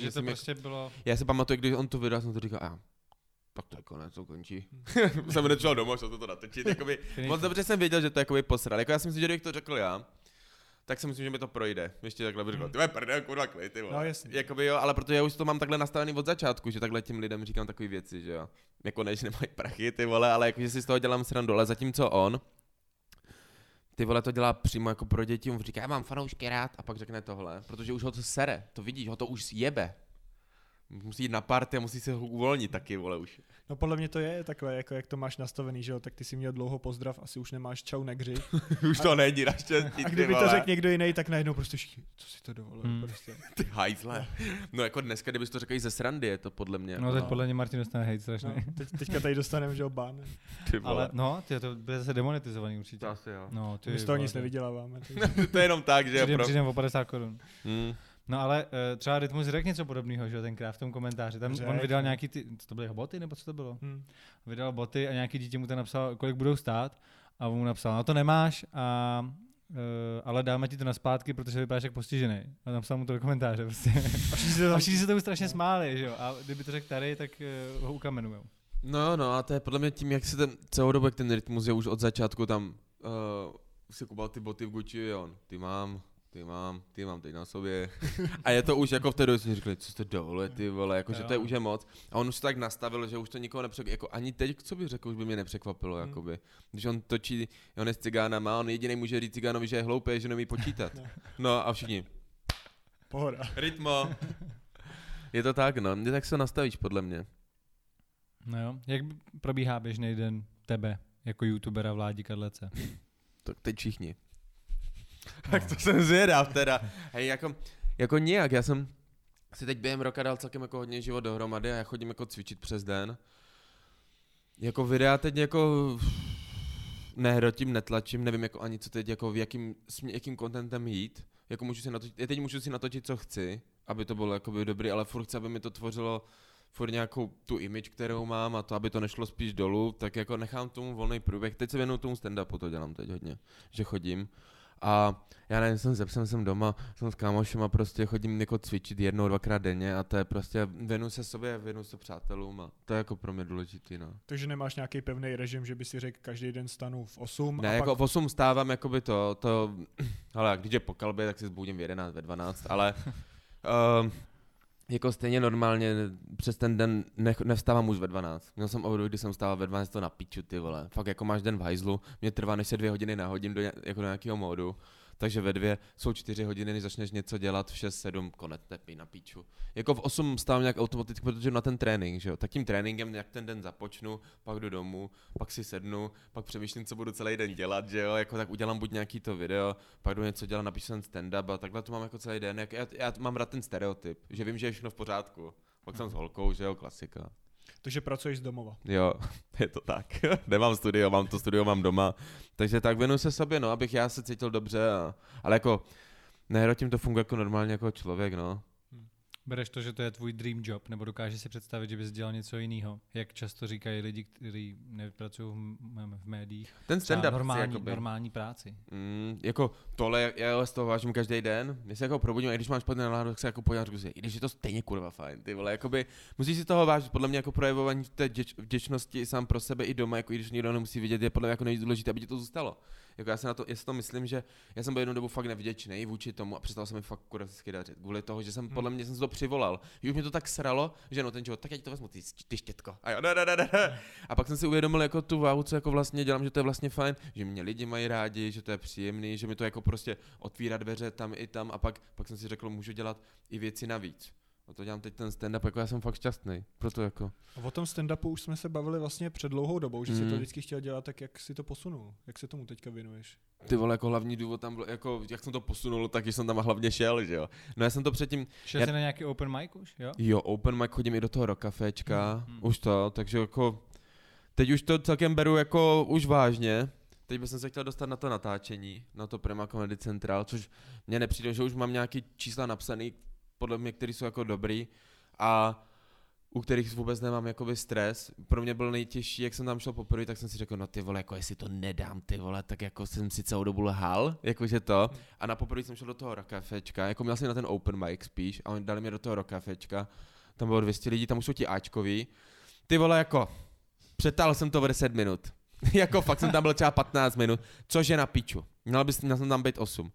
já si pamatuju, když on to vydal, jsem to říkal, tak to je konec, to končí. Jsem nečel domů, šel to natočit, jakoby, moc dobře jsem věděl, že to jakoby posral. Jako já si myslím, že kdybych to řekl já, tak si myslím, že mi to projde. Ještě takhle bych řekl, ty máš prdel, kurva, klid, ty vole. No jasně. Jakoby jo, ale protože já už to mám takhle nastavený od začátku, že takhle těm lidem říkám takové věci, že jo. Jako než nemají prachy, ty vole, ale jakože si z toho dělám srandu, ale zatímco on, ty vole, to dělá přímo jako pro děti, on říká, já mám fanoušky rád a pak řekne tohle, protože už ho to sere, to vidíš, ho to už jebe. Musí jít na party a musí se ho uvolnit taky, vole, už. No podle mě to je takhle, jako jak to máš nastavený, že jo, tak ty si měl dlouho pozdrav, asi už nemáš čau negři. Už to není naštěstí, a kdyby to řekl někdo jiný, tak najednou prostě co si to dovolil, prostě. Ty hajzle. No jako dneska, kdybys to řekl i ze srandy, je to podle mě. No teď podle mě Martin dostane hejt strašný. No, teďka tady dostaneme, že jo, ban. Ale no, to bude zase demonetizovaný určitě. To asi jo. No, my z toho nic nevyděláváme. To je jenom tak, že přijdem o 50 korun. No ale třeba Rytmus řekl něco podobného, že tenkrát v tom komentáři. Tam on vydal nějaký to byly boty, nebo co to bylo? Vydal boty a nějaký dítě mu tam napsal, kolik budou stát a on mu napsal, no to nemáš, ale dáme ti to naspátky, protože vypadáš jak postižený. A napsal mu to do komentáře prostě. A všichni se tomu strašně smáli, že jo. A kdyby to řekl tady, tak ho ukamenujou. No, a to je podle mě tím, jak se celou dobu, jak ten Rytmus je už od začátku tam si kupoval ty boty v Gucci, on, ty mám. ty mám teď na sobě. A je to už jako v té době, si řekli, co jste dovoluje, ty vole, jako, že to je už je moc. A on už se tak nastavil, že už to nikoho nepřekvapilo, jako ani teď, co bych řekl, už by mě nepřekvapilo, jakoby. Když on točí, on je s cigánama, on jediný může říct cigánovi, že je hloupý, že neumí počítat. No a všichni. Pohoda. Rytmo. Je to tak, no, tak se nastavíš, podle mě. No jo, jak probíhá běžný den tebe, jako youtubera Vládi Kadlece? Tak teď všichni. Tak to jsem zvědav teda. Hej, jako nějak, já jsem si teď během roka dal celkem jako hodně život dohromady a já chodím jako cvičit přes den. Jako videa teď jako nehrotím, netlačím, nevím jako ani co teď, jako jakým contentem jít. Jako teď můžu si natočit, co chci, aby to bylo jakoby dobrý, ale furt chci, aby mi to tvořilo furt nějakou tu image, kterou mám a to, aby to nešlo spíš dolů, tak jako nechám tomu volný průběh. Teď se věnuju tomu stand-upu, to dělám teď hodně, že chodím. A já nevím, jsem doma, jsem s kámošem a prostě chodím jako cvičit 1-2krát denně a to je prostě, věnuju se sobě, věnuju se přátelům a to je jako pro mě důležitý, no. Takže nemáš nějaký pevný režim, že by si řekl, každý den stanu v 8 ne, a jako pak... v 8 stávám jakoby ale když je po kalbě, tak se zbudím v 11, ve 12, ale jako stejně normálně přes ten den nevstávám už ve 12. Měl jsem období, kdy jsem vstával ve 12 to na piču, ty vole. Fakt jako máš den v hajzlu, mě trvá, než se 2 hodiny nahodím do nějakého módu. Takže ve 2 jsou 4 hodiny, než začneš něco dělat, v 6-7 konec tepí na píču. Jako v 8 stávám nějak automaticky, protože na ten trénink, že jo. Tak tím tréninkem jak ten den započnu, pak jdu domů, pak si sednu, pak přemýšlím, co budu celý den dělat, že jo. Jako tak udělám buď nějaký to video, pak jdu něco dělat, napíšu ten stand-up a takhle to mám jako celý den. Já mám rád ten stereotyp, že vím, že je všechno v pořádku. Pak jsem s holkou, že jo, klasika. Takže pracuješ z domova. Jo, je to tak. Nemám studio, mám doma. Takže tak věnuju se sobě, no, abych já se cítil dobře, ale jako nehrotím to funguje jako normálně jako člověk, no. Bereš to, že to je tvůj dream job, nebo dokážeš si představit, že bys dělal něco jiného? Jak často říkají lidi, kteří nepracují v médiích? Ten stand-up normální práci. Jako tohle, já z toho vážím každý den. Když se jako probudím, a když mám špatný náladu, tak se jako podívám a řeknu si, i když je to stejně kurva fajn, ty vole, jakoby musíš si toho vážit, podle mě jako projevování té vděčnosti sám pro sebe i doma, jako i když nikdo nemusí vidět, je podle mě jako nejvíc důležité, aby ti to zůstalo. Jako já si to myslím, že já jsem byl jednu dobu fakt nevděčný vůči tomu a přestal se mi fakt kurva dařit. Kvůli toho, že jsem podle mě jsem si to přivolal. Už mě to tak sralo, že no ten život, tak já ti to vezmu, ty štětko. A jo, ne. A pak jsem si uvědomil jako tu váhu, co jako vlastně dělám, že to je vlastně fajn, že mě lidi mají rádi, že to je příjemný, že mi to jako prostě otvírá dveře tam i tam a pak jsem si řekl, můžu dělat i věci navíc. A to dělám teď ten stand-up, jako já jsem fakt šťastný, proto jako. A o tom stand-upu už jsme se bavili vlastně před dlouhou dobou, že si to vždycky chtěl dělat, tak jak si to posunul? Jak se tomu teďka věnuješ? Ty vole, jako hlavní důvod tam byl, jako jak jsem to posunul, tak jsem tam hlavně šel, že jo. No já jsem to předtím... Šel jsi na nějaký open mic už, jo? Jo, open mic, chodím i do toho Rockaféčka, už to, takže jako... Teď už to celkem beru jako už vážně. Teď bych se chtěl dostat na to natáčení, na to Prima Comedy Central, což mně nepřijde, že už mám nějaký čísla napsaný, podle mě, který jsou jako dobrý a u kterých vůbec nemám jakoby stres. Pro mě byl nejtěžší, jak jsem tam šel poprvé, tak jsem si řekl, no ty vole, jako jestli to nedám, ty vole, tak jako jsem si celou dobu lhal, jakože to. A na poprvé jsem šel do toho Rockaféčka, jako měl jsem na ten open mic spíš a oni dali mě do toho Rockaféčka, tam bylo 200 lidí, tam už jsou ti Ačkoví. Ty vole, jako, přetáhl jsem to o 10 minut. Jako fakt jsem tam byl třeba 15 minut, což je na piču. Měl jsem tam být 8.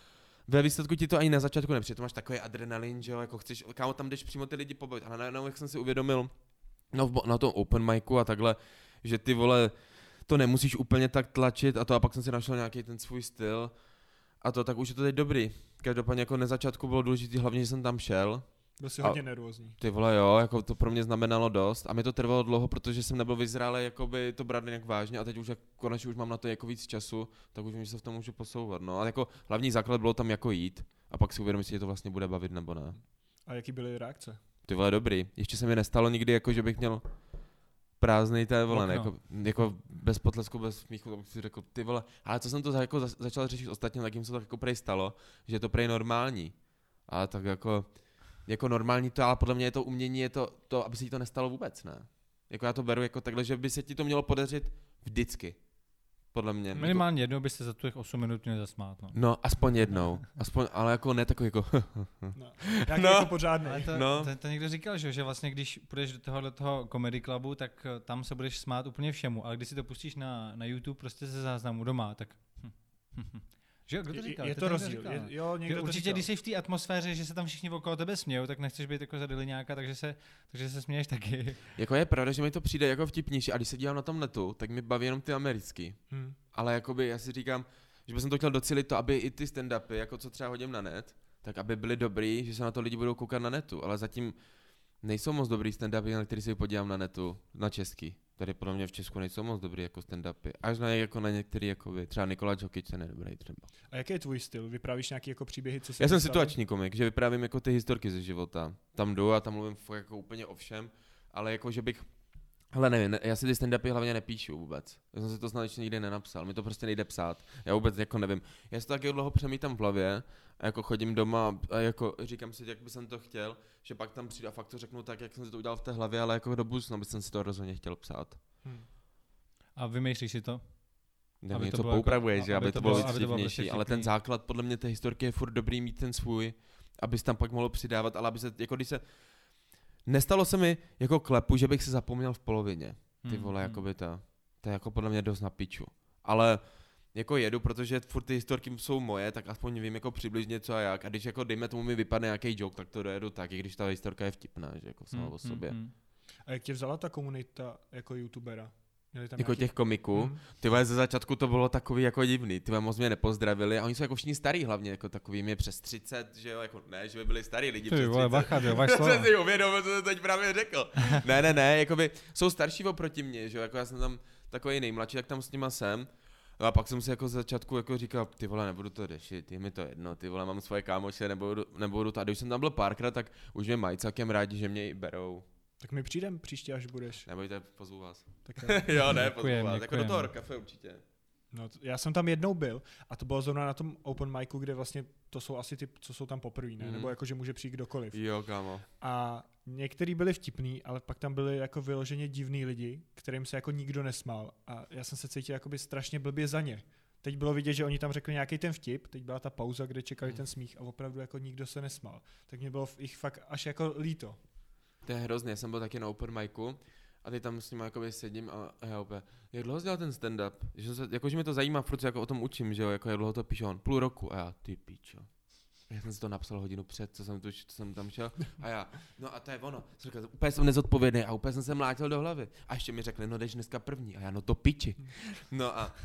Ve výsledku ti to ani na začátku nepřijde, to máš takový adrenalin, že jo, jako chceš, kámo, tam jdeš přímo ty lidi pobavit, ale najednou, jak jsem si uvědomil, no na tom open micu a takhle, že ty vole, to nemusíš úplně tak tlačit a pak jsem si našel nějaký ten svůj styl a to, tak už je to teď dobrý. Každopádně jako na začátku bylo důležité, hlavně, že jsem tam šel. Byl jsi hodně nervózní. Ty vole, jo, jako to pro mě znamenalo dost a mi to trvalo dlouho, protože jsem nebyl vyzrálý jakoby to brát nějak vážně a teď už konečně už mám na to jako víc času, tak už vím, že se v tom můžu posouvat, no. A jako hlavní základ bylo tam jako jít a pak si uvědomit, jestli to vlastně bude bavit nebo ne. A jaký byly reakce? Ty vole, dobrý. Ještě se mi nestalo nikdy, jako že bych měl prázdnej té vole, jako bez potlesku, bez smíchu, to bych si řekl, ty vole, ale co jsem to jako začal řešit ostatně, tak jim se to jako prej stalo, že je to prej normální. Ale tak jako normální to, ale podle mě je to umění, je to, aby se ti to nestalo vůbec, ne? Jako já to beru jako takhle, že by se ti to mělo podařit vždycky. Podle mě. Minimálně jednou byste za těch 8 minut měli zasmát, no. No, aspoň jednou. Ale jako ne takový jako... No. Jako pořádný. To někdo říkal, že vlastně když půjdeš do tohoto comedy clubu, tak tam se budeš smát úplně všemu, ale když si to pustíš na YouTube prostě ze záznamu doma, tak... Že, kdo to říkal? Je to rozdíl. Někdo určitě, říkal. když jsi v té atmosféře, že se tam všichni okolo tebe smějou, tak nechceš být jako zadeliňáka, takže se směješ taky. Jako je pravda, že mi to přijde jako vtipnější a když se dívám na tom netu, tak mi baví jenom ty americký. Ale jakoby já si říkám, že bych to chtěl docílit to, aby i ty stand-upy, jako co třeba hodím na net, tak aby byly dobrý, že se na to lidi budou koukat na netu, ale zatím nejsou moc dobrý stand-upy, na který si podívám na netu, na český. Tady podle mě v Česku nejsou moc dobrý jako stand-upy. Až na některý, jakoby, třeba Nikola Jokic, ten je dobrý třeba. A jaký je tvůj styl? Vyprávíš nějaký jako příběhy, co se Já jsem situační komik, že vyprávím jako ty historky ze života. Tam jdu a tam mluvím jako úplně o všem, ale jako že bych... Hele, nevím, já si ty stand-upy hlavně nepíšu vůbec. Já jsem si to snad ještě nikdy nenapsal, mi to prostě nejde psát. Já vůbec jako nevím. Já si to taky dlouho přemítám v hlavě a jako chodím doma a jako říkám si, jak by jsem to chtěl, že pak tam přijdu a fakt to řeknu tak, jak jsem si to udělal v té hlavě, ale jako do budoucna bych si to rozhodně chtěl psát. A vymýšlíš si to? Nevím, něco poupravuje, že aby to bylo vstřícnější, ale ten základ podle mě té historky je furt dobrý mít ten svůj, abys tam pak mohl přidávat, ale aby se, jako když se... Nestalo se mi jako klepu, že bych se zapomněl v polovině. Ty vole, jakoby to je jako podle mě dost na piču. Ale jako jedu, protože furt ty historky jsou moje, tak aspoň vím jako přibližně co a jak. A když jako dejme tomu mi vypadne nějaký joke, tak to dojedu tak, i když ta historka je vtipná, že jako sama o sobě. A jak tě vzala ta komunita jako youtubera? Jako nějaký... těch komiků, ty vole, ze začátku to bylo takový jako divný, ty vole, moc mě nepozdravili a oni jsou jako všichni starý hlavně, jako takový mě přes 30, že jo, jako ne, že by byli starý lidi přes 30. Vole, bacha, jo, váš slova. Jsem si uvědomil, co jsem teď právě řekl. ne, jakoby jsou starší oproti mně, že jo, jako já jsem tam takový nejmladší, tak tam s nima jsem. A pak jsem si jako z začátku jako říkal, ty vole, nebudu to řešit, je mi to jedno, ty vole, mám svoje kámoše, nebudu to. A když jsem tam byl párkrát, tak už mě mají celkem rádi, že mě i berou. Tak my přijdem příště, až budeš. Nebojte, pozvu vás. Tak jo, ne, pozvu vás. Jako do toho kafe určitě. No, já jsem tam jednou byl a to bylo zrovna na tom open micu, kde vlastně to jsou asi ty, co jsou tam poprvé, ne? Nebo jako, že může přijít kdokoliv. Jo, kámo. A některý byli vtipný, ale pak tam byli jako vyloženě divný lidi, kterým se jako nikdo nesmál. A já jsem se cítil jakoby strašně blbě za ně. Teď bylo vidět, že oni tam řekli nějaký ten vtip, teď byla ta pauza, kde čekali ten smích a opravdu jako nikdo se nesmál. Tak mě bylo jich fakt až jako líto. To je hrozně, já jsem byl taky na open micu a teď tam s nimi jakoby sedím a já opět, jak dlouho jsi dělal ten stand-up? Že mi to zajímá, furt se jako o tom učím, že jo, jako jak dlouho to píšu on, půl roku a já, ty píčo. Já jsem si to napsal hodinu před, co jsem tam šel a já, no a to je ono, jsem říkal, úplně jsem nezodpovědný a úplně jsem se mlátil do hlavy. A ještě mi řekli, no jdeš dneska první a já, no to piči. No a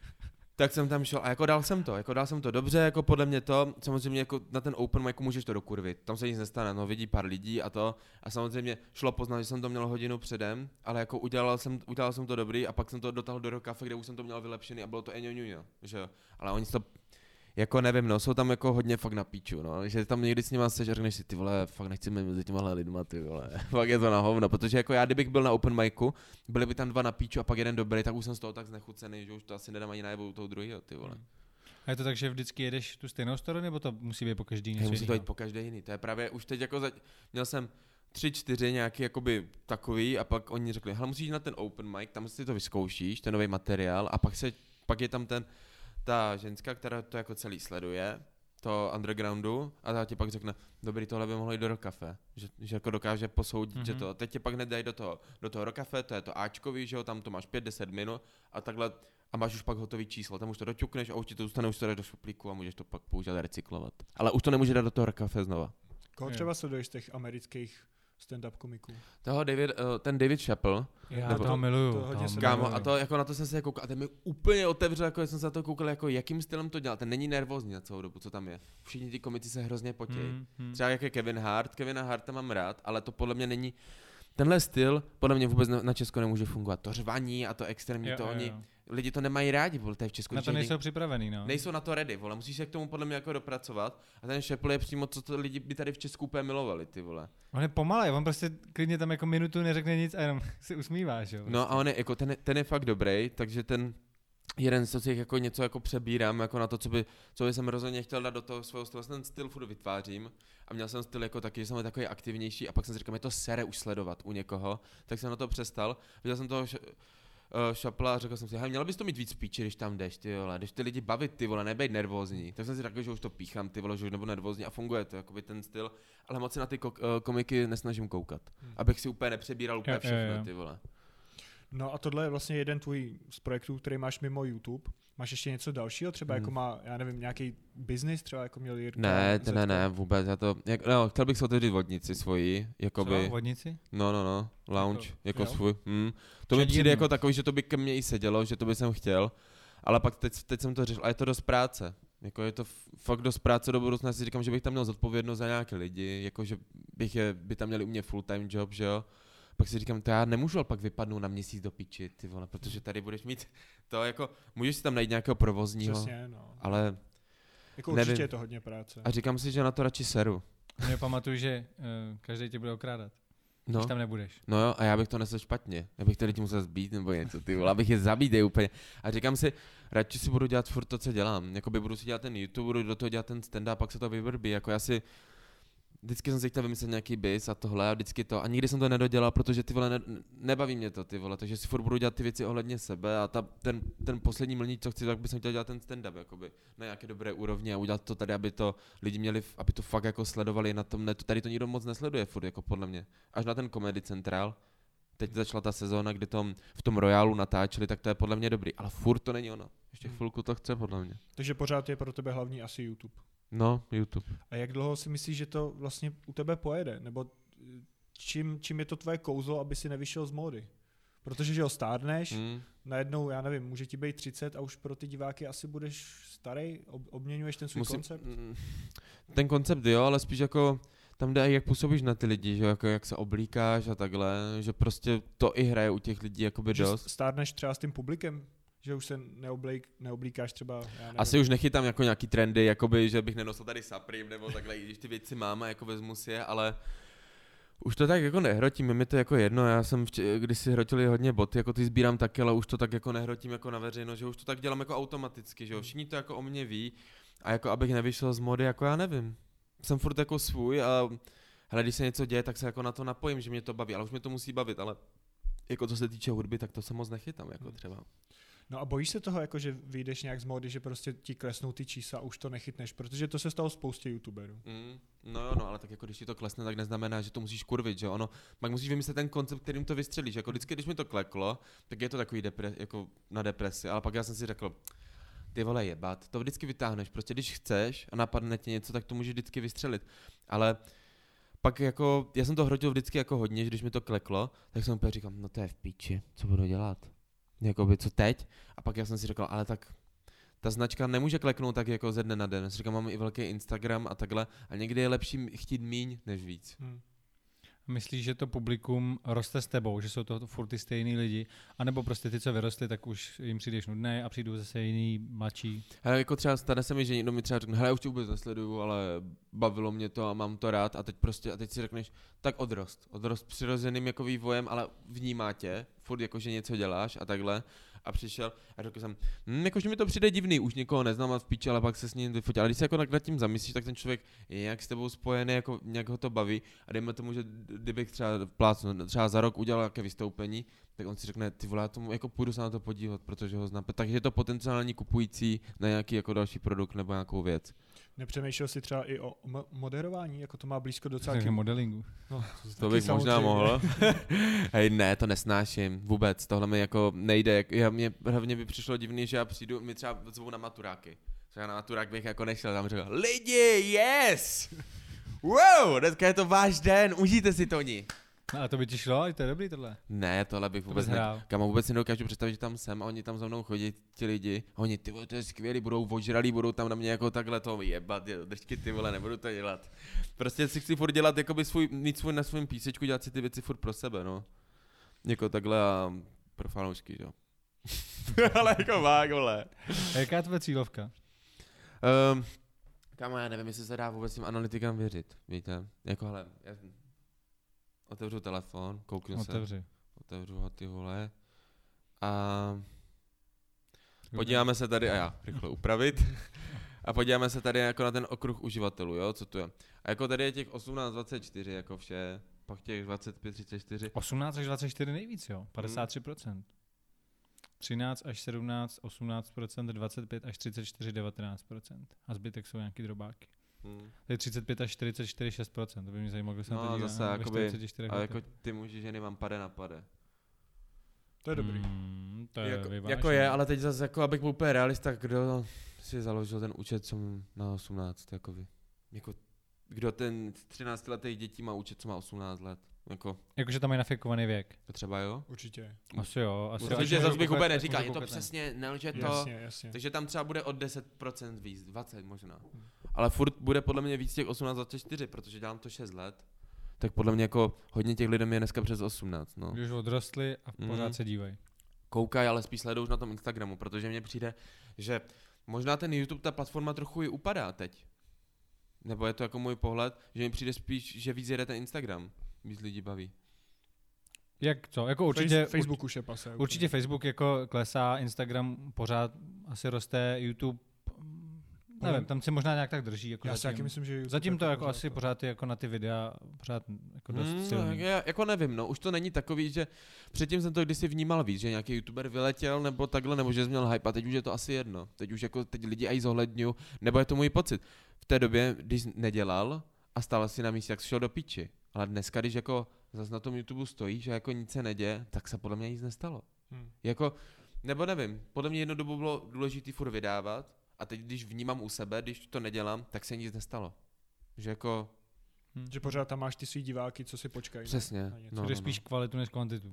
tak jsem tam šel a jako dal jsem to dobře, jako podle mě to, samozřejmě jako na ten open mic můžeš to dokurvit, tam se nic nestane, no vidí pár lidí a to a samozřejmě šlo poznat, že jsem to měl hodinu předem, ale jako udělal jsem to dobrý a pak jsem to dotáhl do kafe, kde už jsem to měl vylepšený a bylo to eňoňuňo, že jo, ale oni to, jako nevím, no, jsou tam jako hodně fakt na píču, no, že tam někdy s nima seš a řekneš si, ty vole, fakt nechci mezi těmahle lidma, ty vole, fakt je to na hovno, protože jako já, kdybych byl na open micu, byli by tam dva na píču a pak jeden dobrý, tak už jsem z toho tak znechucený, že už to asi nedám ani najevo u toho druhého, ty vole. A je to tak, že vždycky jedeš tu stejnou story, nebo to musí být po každý něco? Musí to jít po každý jiný, to je právě už teď jako, měl jsem 3-4 nějaký jakoby takový a pak oni řekli, hele, musíš jít na ten open mic, tam si to vyzkoušíš, ten nový materiál a pak je tam ta ženská, která to jako celý sleduje, to undergroundu, a ta ti pak řekne, dobrý, tohle by mohlo jít do Rokafe, že jako dokáže posoudit, že to, teď tě pak nedají do toho Rokafe, to je to Ačkový, že jo, tam to máš 5-10 minut a takhle, a máš už pak hotový číslo, tam už to doťukneš a už ti to zůstane, už to dáš do šuplíku a můžeš to pak použít a recyklovat. Ale už to nemůže dát do toho Rokafe znova. Koho třeba sleduješ z těch amerických stand-up komiků? Ten David Chappelle. Já to miluju. Kámo, a to jako na to jsem se koukal, a ten mi úplně otevřel, jako jsem se na to koukal, jako jakým stylem to dělal. Ten není nervózní na celou dobu, co tam je. Všichni ty komici se hrozně potějí. Třeba jak je Kevina Harta mám rád, ale to podle mě není, tenhle styl podle mě vůbec na Česko nemůže fungovat. To řvaní a to extrémní, lidi to nemají rádi, vole, tady v Česku. Na to nejsou připravený, no. Nejsou na to ready, vole, musíš se k tomu podle mě jako dopracovat. A ten Chappelle je přímo, co to lidi by tady v Česku úplně milovali, ty vole. On je pomalej, on prostě klidně tam jako minutu neřekne nic a jenom si usmíváš, jo. Prostě. No a on je, jako ten je fakt dobrý, takže ten jeden z těch jako něco jako přebírám, jako na to, co by jsem rozhodně chtěl dát do toho svého stylu. Ten styl furt vytvářím a měl jsem styl jako taky, že jsem takový aktivnější a pak jsem si říkal, mě to sere už sledovat u někoho, tak jsem na to přestal. Viděl jsem toho Chappella a řekl jsem si, hej, měl bys to mít víc píči, když tam jdeš, ty vole, když ty lidi bavit, ty vole, nebejt nervózní. Tak jsem si řekl, že už to píchám, ty vole, že už nebudu nervózní a funguje to, jakoby ten styl, ale moc se na ty komiky nesnažím koukat, abych si úplně nepřebíral úplně všechno, ty vole. No a tohle je vlastně jeden tvůj z projektů, který máš mimo YouTube. Máš ještě něco dalšího? Třeba jako má, já nevím, nějaký business, třeba jako měl Jirka? Ne, vůbec. Chtěl bych se otevřít vodnici svoji, jakoby. Co, vodnici? No, lounge, jako jo? svůj. To mi přijde jako takový, že to by ke mně i sedělo, že to by jsem chtěl, ale pak teď jsem to řešil a je to dost práce. Jako je to fakt dost práce do budoucna, si říkám, že bych tam měl zodpovědnost za nějaké lidi, jako že by tam měli u mě full time job, že jo. Pak si říkám, to já nemůžu pak vypadnout na měsíc do piči, ty vole, protože tady budeš mít to jako, můžeš si tam najít nějakého provozního, přesně, no. Ale jako určitě nevím. Je to hodně práce. A říkám si, že na to radši seru. Já pamatuju, že každý tě bude okrádat. Když tam nebudeš. No jo, a já bych to nesl špatně. Já bych tady musel zbít nebo něco, ty vole, abych je zabít úplně. A říkám si, radši si budu dělat furt to, co dělám. Jakoby budu si dělat ten YouTube, budu do toho dělat ten stand-up, pak se to vybrbí. Jako já si vždycky jsem si chtěl vymyslet nějaký bis a tohle a vždycky to. A nikdy jsem to nedodělal, protože ty vole nebaví mě to, ty vole. Takže si furt budu dělat ty věci ohledně sebe a ten poslední milník, co chci, tak bych chtěl dělat ten stand-up, jakoby na nějaké dobré úrovni a udělat to tady, aby to lidi měli, aby to fakt jako sledovali na tom netu. Tady to nikdo moc nesleduje furt, jako podle mě. Až na ten Comedy Central. Teď začala ta sezóna, kdy v tom Royalu natáčeli, tak to je podle mě dobrý. Ale furt to není ono. Ještě chvilku to chce, podle mě. Takže pořád je pro tebe hlavní asi YouTube. No, YouTube. A jak dlouho si myslíš, že to vlastně u tebe pojede? Nebo čím je to tvoje kouzlo, aby si nevyšel z módy? Protože, že ho stárneš, najednou, já nevím, může ti být 30 a už pro ty diváky asi budeš starý, obměňuješ ten svůj koncept? Ten koncept jo, ale spíš jako tam jde, jak působíš na ty lidi, že jako jak se oblíkáš a takhle, že prostě to i hraje u těch lidí jakoby dost. Stárneš třeba s tím publikem? Že už se neoblíkáš třeba, já nevím. Asi už nechytám jako nějaký trendy, jakoby, že bych nenosil tady Supreme nebo takhle, i když ty věci mám a jako vezmu si je, ale už to tak jako nehrotím, je mi to jako jedno, já jsem když si hrotili hodně boty, jako ty sbírám taky, ale už to tak jako nehrotím jako na veřejnost, že už to tak dělám jako automaticky, že jo, všichni to jako o mě ví a jako abych nevyšel z mody, jako já nevím, jsem furt jako svůj a hele, když se něco děje, tak se jako na to napojím, že mě to baví, ale už mě to musí bavit, ale jako co se týče hudby, tak to se moc nechytám, jako třeba. No a bojíš se toho, jako že vyjdeš nějak z módy, že prostě ti klesnou ty čísla a už to nechytneš, protože to se stalo spoustě youtuberů. No, ale tak jako když ti to klesne, tak neznamená, že to musíš kurvit, že ono, pak musíš vymyslet ten koncept, kterým to vystřelíš, jako vždycky, když mi to kleklo, tak je to takový jako na depresi, ale pak já jsem si řekl, ty vole jebat, to vždycky vytáhneš, prostě když chceš a napadne ti něco, tak to můžeš vždycky vystřelit, ale pak jako, já jsem to hrotil vždycky jako hodně, že když mi to kleklo, tak jsem úplně říkal, no to je v píči, co budu dělat? Jakoby co teď? A pak já jsem si řekl, ale tak ta značka nemůže kleknout tak jako ze dne na den. Říkám, mám i velký Instagram a takhle a někdy je lepší chtít míň než víc. Myslíš, že to publikum roste s tebou, že jsou to furt ty stejný lidi, anebo prostě ty, co vyrostli, tak už jim přijdeš nudnej a přijdou zase jiný mladší? Hele, jako třeba stane se mi, že někdo mi třeba řekne, hele, já už tě vůbec nesleduju, ale bavilo mě to a mám to rád a teď si řekneš, tak odrost přirozeným jako vývojem, ale vnímá tě, furt jako, že něco děláš a takhle. A přišel a řekl jsem, jakože mi to přijde divný, už nikoho neznám a v píči, ale pak se s ním vyfotil. Ale když se jako nad tím zamyslíš, tak ten člověk je nějak s tebou spojený, jako nějak ho to baví a dejme tomu, že kdybych třeba třeba za rok udělal nějaké vystoupení, tak on si řekne, ty vole, já tomu jako půjdu se na to podívat, protože ho znám. Takže je to potenciální kupující na nějaký jako další produkt nebo nějakou věc. Nepřemýšlel jsi třeba i o moderování, jako to má blízko docela k modelingu. No, to bych možná mohl. Hej, ne, to nesnáším vůbec, tohle mi jako nejde. Mně hlavně by přišlo divný, že já přijdu, mi třeba zvou na maturáky. Třeba na maturák bych jako nešel, tam řekl, lidi, yes! Wow, dneska je to váš den, užijte si to ní. No a to by ti šlo, to je dobrý tohle. Ne, tohle bych vůbec vůbec si nedokážu představit, že tam jsem a oni tam za mnou chodí, ti lidi. A oni, ty vole, to je skvělý, budou ožralí, budou tam na mě jako takhle to jebat, držky ty vole, nebudu to dělat. Prostě si chci furt dělat, jakoby mít svůj na svém písečku, dělat si ty věci furt pro sebe, no. Jako takhle a pro fanoušky, jo. Ale jako vág, vole. A jaká je tvoje cílovka? Kámo, já nevím, jestli se dá vůbec tím analytikám věřit, víte. Jako, hele, já otevřu telefon, kouknu se. Otevřu ho, ty vole. A podíváme se tady, a já rychle upravit. A podíváme se tady jako na ten okruh uživatelů, jo, co tu je. A jako tady je těch 18-24, jako vše, pak těch 25-34. 18 až 24 nejvíc, jo, 53%. 13 až 17, 18%, 25 až 34, 19%. A zbytek jsou nějaký drobáky. To je 35 až 44, 6%, to by mě zajímalo, kdo se na to dívá. Zase, jakoby, a jako ty muži, ženy mám pade na pade. To je dobrý. To je jako je, ale teď zase, jako abych byl úplně realista, kdo si založil ten účet co na 18, jako kdo ten 13letý dětí má účet, co má 18 let. Jakože tam je nafikovaný věk. To třeba jo? Určitě. Asi jo. Protože zase bych úplně neříkal, je to přesně, nelže to. Jasně. Takže tam třeba bude o 10% víc, 20 možná. Ale furt bude podle mě víc těch 18-24, protože dělám to 6 let. Tak podle mě jako hodně těch lidem je dneska přes 18. No. Už odrostli a pořád se dívají. Koukají, ale spíš sledují už na tom Instagramu, protože mně přijde, že možná ten YouTube, ta platforma trochu i upadá teď. Nebo je to jako můj pohled, že mi přijde spíš, že víc jede ten Instagram. Víc lidí baví. Jak co? Jako určitě Facebook už je pase. Určitě Facebook jako klesá, Instagram pořád asi roste, YouTube nevím, tam se možná nějak tak drží. Jako já si taky myslím, že YouTube zatím to jako asi pořád je jako na ty videa pořád jako dost silný. Já jako nevím, no, už to není takový, že předtím jsem to kdysi vnímal víc, že nějaký YouTuber vyletěl nebo takhle, nebo že jsi měl hype a teď už je to asi jedno. Teď už jako teď lidi aj zohledňují, nebo je to můj pocit. V té době, když nedělal a stál si na místě, jak šel do piči. Ale dneska, když jako zase na tom YouTube stojí, že jako nic se neděje, tak se podle mě nic nestalo. Jako, nebo nevím, podle mě jednu dobu bylo důležité furt vydávat a teď, když vnímám u sebe, když to nedělám, tak se nic nestalo. Že jako... Že pořád tam máš ty svý diváky, co si počkají. Přesně. No, spíš kvalitu než kvantitu.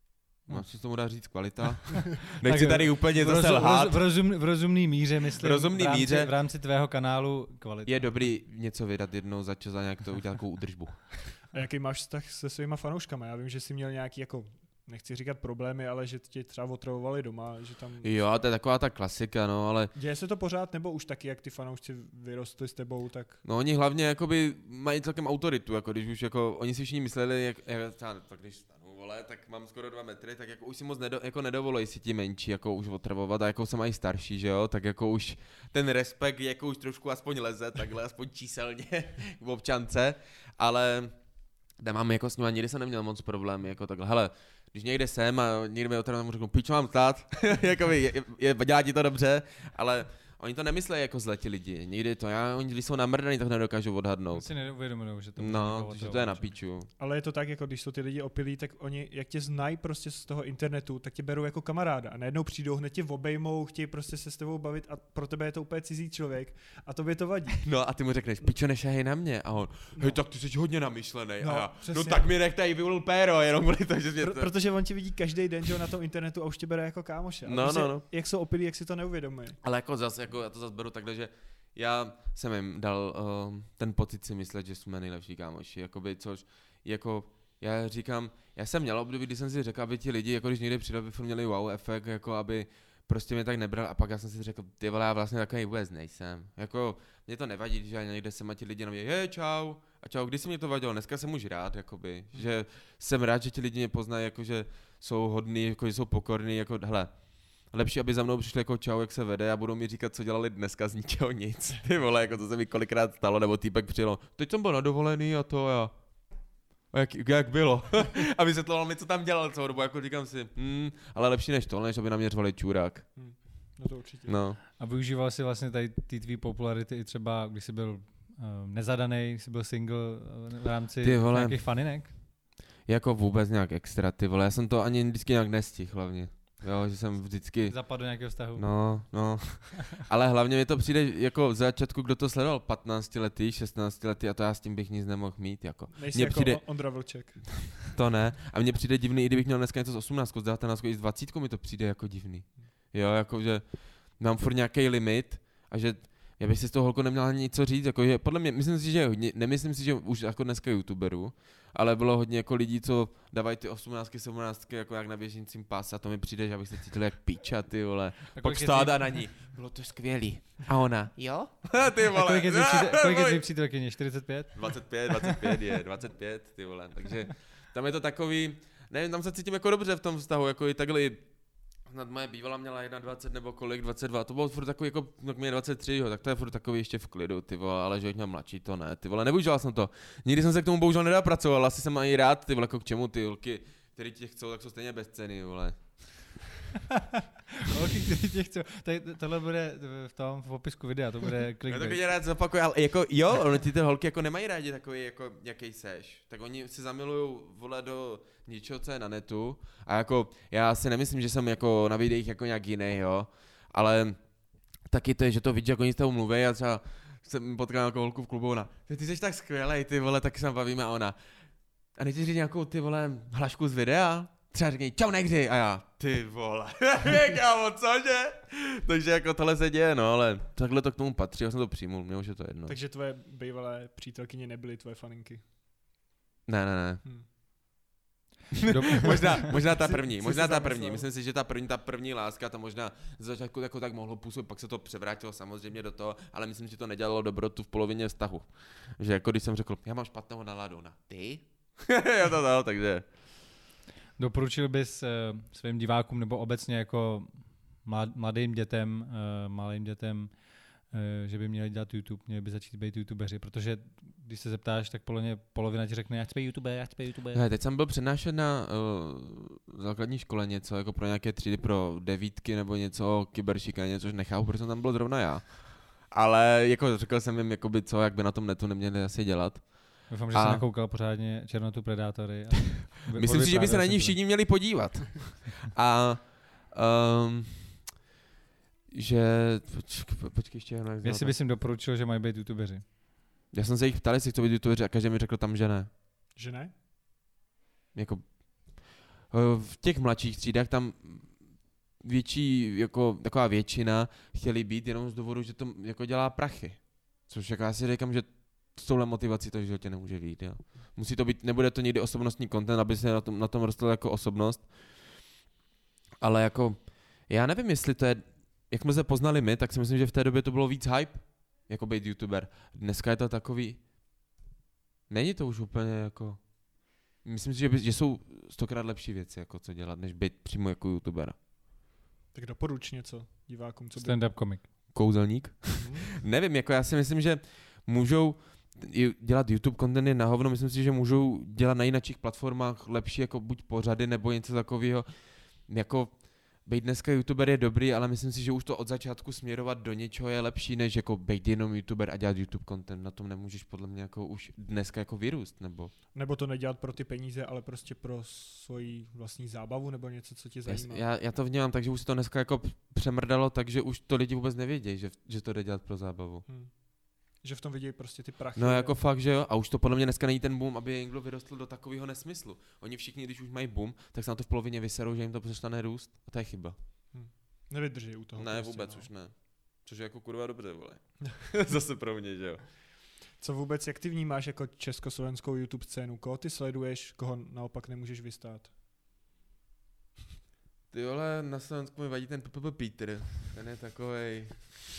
No, si tomu dá říct kvalita. Nechci tady úplně to selhát. V rozumný míře, myslím, v rámci tvého kanálu kvalita. Je dobrý něco vydat jednou za čas a nějak to udělat takovou údržbu. A jaký máš vztah se svýma fanouškama? Já vím, že jsi měl nějaký jako, nechci říkat problémy, ale že tě třeba otravovali doma, že tam... Jo, to je taková ta klasika, no, ale... Děje se to pořád, nebo už taky, jak ty fanoušci vyrostli s tebou, tak... No, oni hlavně jakoby mají celkem autoritu, jako když už jako, oni si všichni mysleli, jak tak když stanu, vole, tak mám skoro 2 metry, tak jako už si moc nedovolují si ti menší, jako už otravovat, a jako jsem i starší, že jo, tak jako už ten respekt jako už trošku aspoň leze, takhle aspoň číselně v občance, ale... Nemám jako s nima, nikdy jsem neměl moc problémy, jako takhle, hele, když někde jsem a někde mi otravím, řeknu, pičo mám stát, jakoby, dělá ti to dobře, ale oni to nemyslejí jako zle ti lidi, někdy to, oni když jsou namrdaný, tak nedokážou odhadnout. Si neuvědomují, že to no, že to je na píču. Ale je to tak, jako když jsou ty lidi opilí, tak oni, jak tě znají prostě z toho internetu, tak tě berou jako kamaráda a najednou přijdou, hned tě obejmou, chtějí prostě se s tebou bavit a pro tebe je to úplně cizí člověk a tobě to vadí. No a ty mu řekneš, pičo, nešahej na mě a on, hej, tak ty jsi hodně namyšlenej no, a já, no tak mi nech tady vyvolil péro, jenom kvůli to, že to... Protože on tě vidí každý den, že na tom internetu a už tě bere jako kámoše. No, prostě, no. Jak jsou opilí, jak si to neuvědomuje. Ale jako zase, jako já to zase beru takhle, že já jsem jim dal ten pocit si myslet, že jsme nejlepší kámoši, jakoby, což jako já říkám, já jsem měl období, kdy jsem si řekl, aby ti lidi, jako když někde přidal, by měli wow efekt, jako aby prostě mě tak nebral a pak já jsem si řekl, ty vole, já vlastně takový vůbec nejsem, jako mě to nevadí, že já někde jsem a ti lidi na mě, hej, čau, a čau, když si mě to vadilo, dneska jsem už rád, jakoby, že jsem rád, že ti lidi mě poznají, jako že jsou hodný, jako že jsou pokorný, jako hele, lepší, aby za mnou přišli jako čau, jak se vede a budou mi říkat, co dělali dneska z ničeho nic. Ty vole, jako to se mi kolikrát stalo, nebo týpek přijel, teď jsem byl na dovolený a to a jak bylo. A vysvětloval mi, co tam dělal celou dobu, jako říkám si, ale lepší než to, než aby na mě řvali čurák. No to určitě. No. A využíval jsi vlastně tady ty tvý popularity i třeba, když jsi byl nezadaný, když jsi byl single v rámci nějakých faninek? Jako vůbec nějak extra, ty vole, já jsem to ani vždycky nějak nestihl hlavně. Jo, že jsem vždycky... Zapadl do nějakého vztahu. No. Ale hlavně mi to přijde jako v začátku, kdo to sledoval, 15 letý, 16 letý a to já s tím bych nic nemohl mít, jako. Nejsi jako přijde... Ondra Vlček. To ne. A mně přijde divný, i kdybych měl dneska něco z 18, z 19, i z 20 mi to přijde jako divný. Jo, jako že mám furt nějaký limit a že já bych si z toho holko neměl ani nic co říct, jako že podle mě, nemyslím si, že už jako dneska youtuberů, ale bylo hodně jako lidí, co dávají ty 18, 17 jako jak na běžícím páse a to mi přijde, že abych se cítil jak píča, ty vole. Pak stáda na ní. Bylo to skvělý. A ona, jo? Ty vole. Kolik je tvý přítelkyně? 45? 25, ty vole. Takže tam je to takový, nevím, tam se cítím jako dobře v tom vztahu, jako i takhle snad moje bývala měla 21 nebo kolik, 22, to bylo furt takový jako, jak mě je 23, jo, tak to je furt takový ještě v klidu, ty vole, ale že měl mladší, to ne, ty vole, nevyužil jsem to, nikdy jsem se k tomu bohužel nedopracoval, asi jsem ani rád, ty vole, jako k čemu ty holky, který tě chcou, tak jsou stejně bez ceny, vole. Holky, kteří tě chcou. Tohle bude v popisku videa, to bude Já to clickbait. klidně rád zopakuju, ale jako jo, ono ty holky jako nemají rádi takový jako jaký seš. Tak oni si zamilujou vole do něčeho, co je na netu. A jako já si nemyslím, že jsem jako na videích jako nějak jiný, jo. Ale taky to je, že to vidíš, jak oni s tebou mluví a třeba jsem potkal nějakou holku v klubu, ona, ty jsi tak skvělej, ty vole, tak se tam bavíme a ona. A nechci říct nějakou ty vole hlašku z videa? Třeba říkají, čau negři, a já, ty vole, kámo, cože? Takže jako tohle se děje, no, ale takhle to k tomu patří, já jsem to přijmul, mě už je to jedno. Takže tvoje bývalé přítelkyně nebyly tvoje faninky? Ne. Hm. možná ta první, zamyslel? myslím si, že ta první láska, to možná z začátku jako tak mohlo působit, pak se to převrátilo samozřejmě do toho, ale myslím, že to nedělalo dobrotu v polovině vztahu. Že jako když jsem řekl, já mám špatného náladu, na ty? Já to dal, takže... Doporučil bys svým divákům nebo obecně jako mladým dětem, malým dětem, že by měli dělat YouTube, měli by začít být YouTubeři, protože když se zeptáš, tak polovina ti řekne, já chci být YouTuber. Ne, teď jsem byl přednášet na základní škole něco, jako pro nějaké třídy, pro devítky nebo něco o kyberšikaně, což nechápu, protože jsem tam byl zrovna já. Ale jako řekl jsem jim, jakoby co, jak by na tom netu neměli asi dělat. Doufám, že jsi nakoukal pořádně Černotu Predátory. Myslím si, že by se na ní všichni měli podívat. A že... Počkej ještě jednou. Jestli bys jim doporučil, že mají být YouTubeři. Já jsem se jich ptal, jestli chcou být YouTubeři a každý mi řekl tam, že ne. Že ne? Jako... V těch mladších třídách tam větší, jako taková většina chtěli být jenom z důvodu, že to jako dělá prachy. Což jako já si říkám, že s touhle motivací to v životě nemůže být, jo. Musí to být, nebude to nikdy osobnostní content, aby se na tom rostl jako osobnost. Ale jako, já nevím, jestli to je, jak jsme se poznali my, tak si myslím, že v té době to bylo víc hype, jako být YouTuber. Dneska je to takový, není to už úplně jako, myslím si, že jsou 100krát lepší věci, jako co dělat, než být přímo jako YouTuber. Tak doporuč něco divákům, co by... Stand-up komik. Kouzelník? Nevím, jako já si myslím, že můžou dělat YouTube contenty na hovno, myslím si, že můžou dělat na jiných platformách lepší jako buď pořady nebo něco takového. Jako být dneska YouTuber je dobrý, ale myslím si, že už to od začátku směrovat do něčeho je lepší, než jako být jenom YouTuber a dělat YouTube content. Na tom nemůžeš podle mě jako už dneska jako vyrůst, nebo... Nebo to nedělat pro ty peníze, ale prostě pro svoji vlastní zábavu nebo něco, co tě zajímá. Já to vnímám tak, že už se to dneska jako přemrdalo, takže už to lidi vůbec nevědějí, že to jde dělat pro zábavu. Že v tom vidějí prostě ty prachy. No jako fakt, že jo, a už to podle mě dneska není ten boom, aby někdo vyrostl do takového nesmyslu. Oni všichni, když už mají boom, tak se na to v polovině vyserou, že jim to přestane růst a to je chyba. Nevydrží u toho. Ne, prostě, vůbec no. už ne. Což je jako kurva dobře, vole. Zase pro mě, že jo. Co vůbec, jak ty vnímáš jako československou YouTube scénu? Koho ty sleduješ, koho naopak nemůžeš vystát? Ty vole, na Slovensku mi vadí ten Peter. Ten je takovej...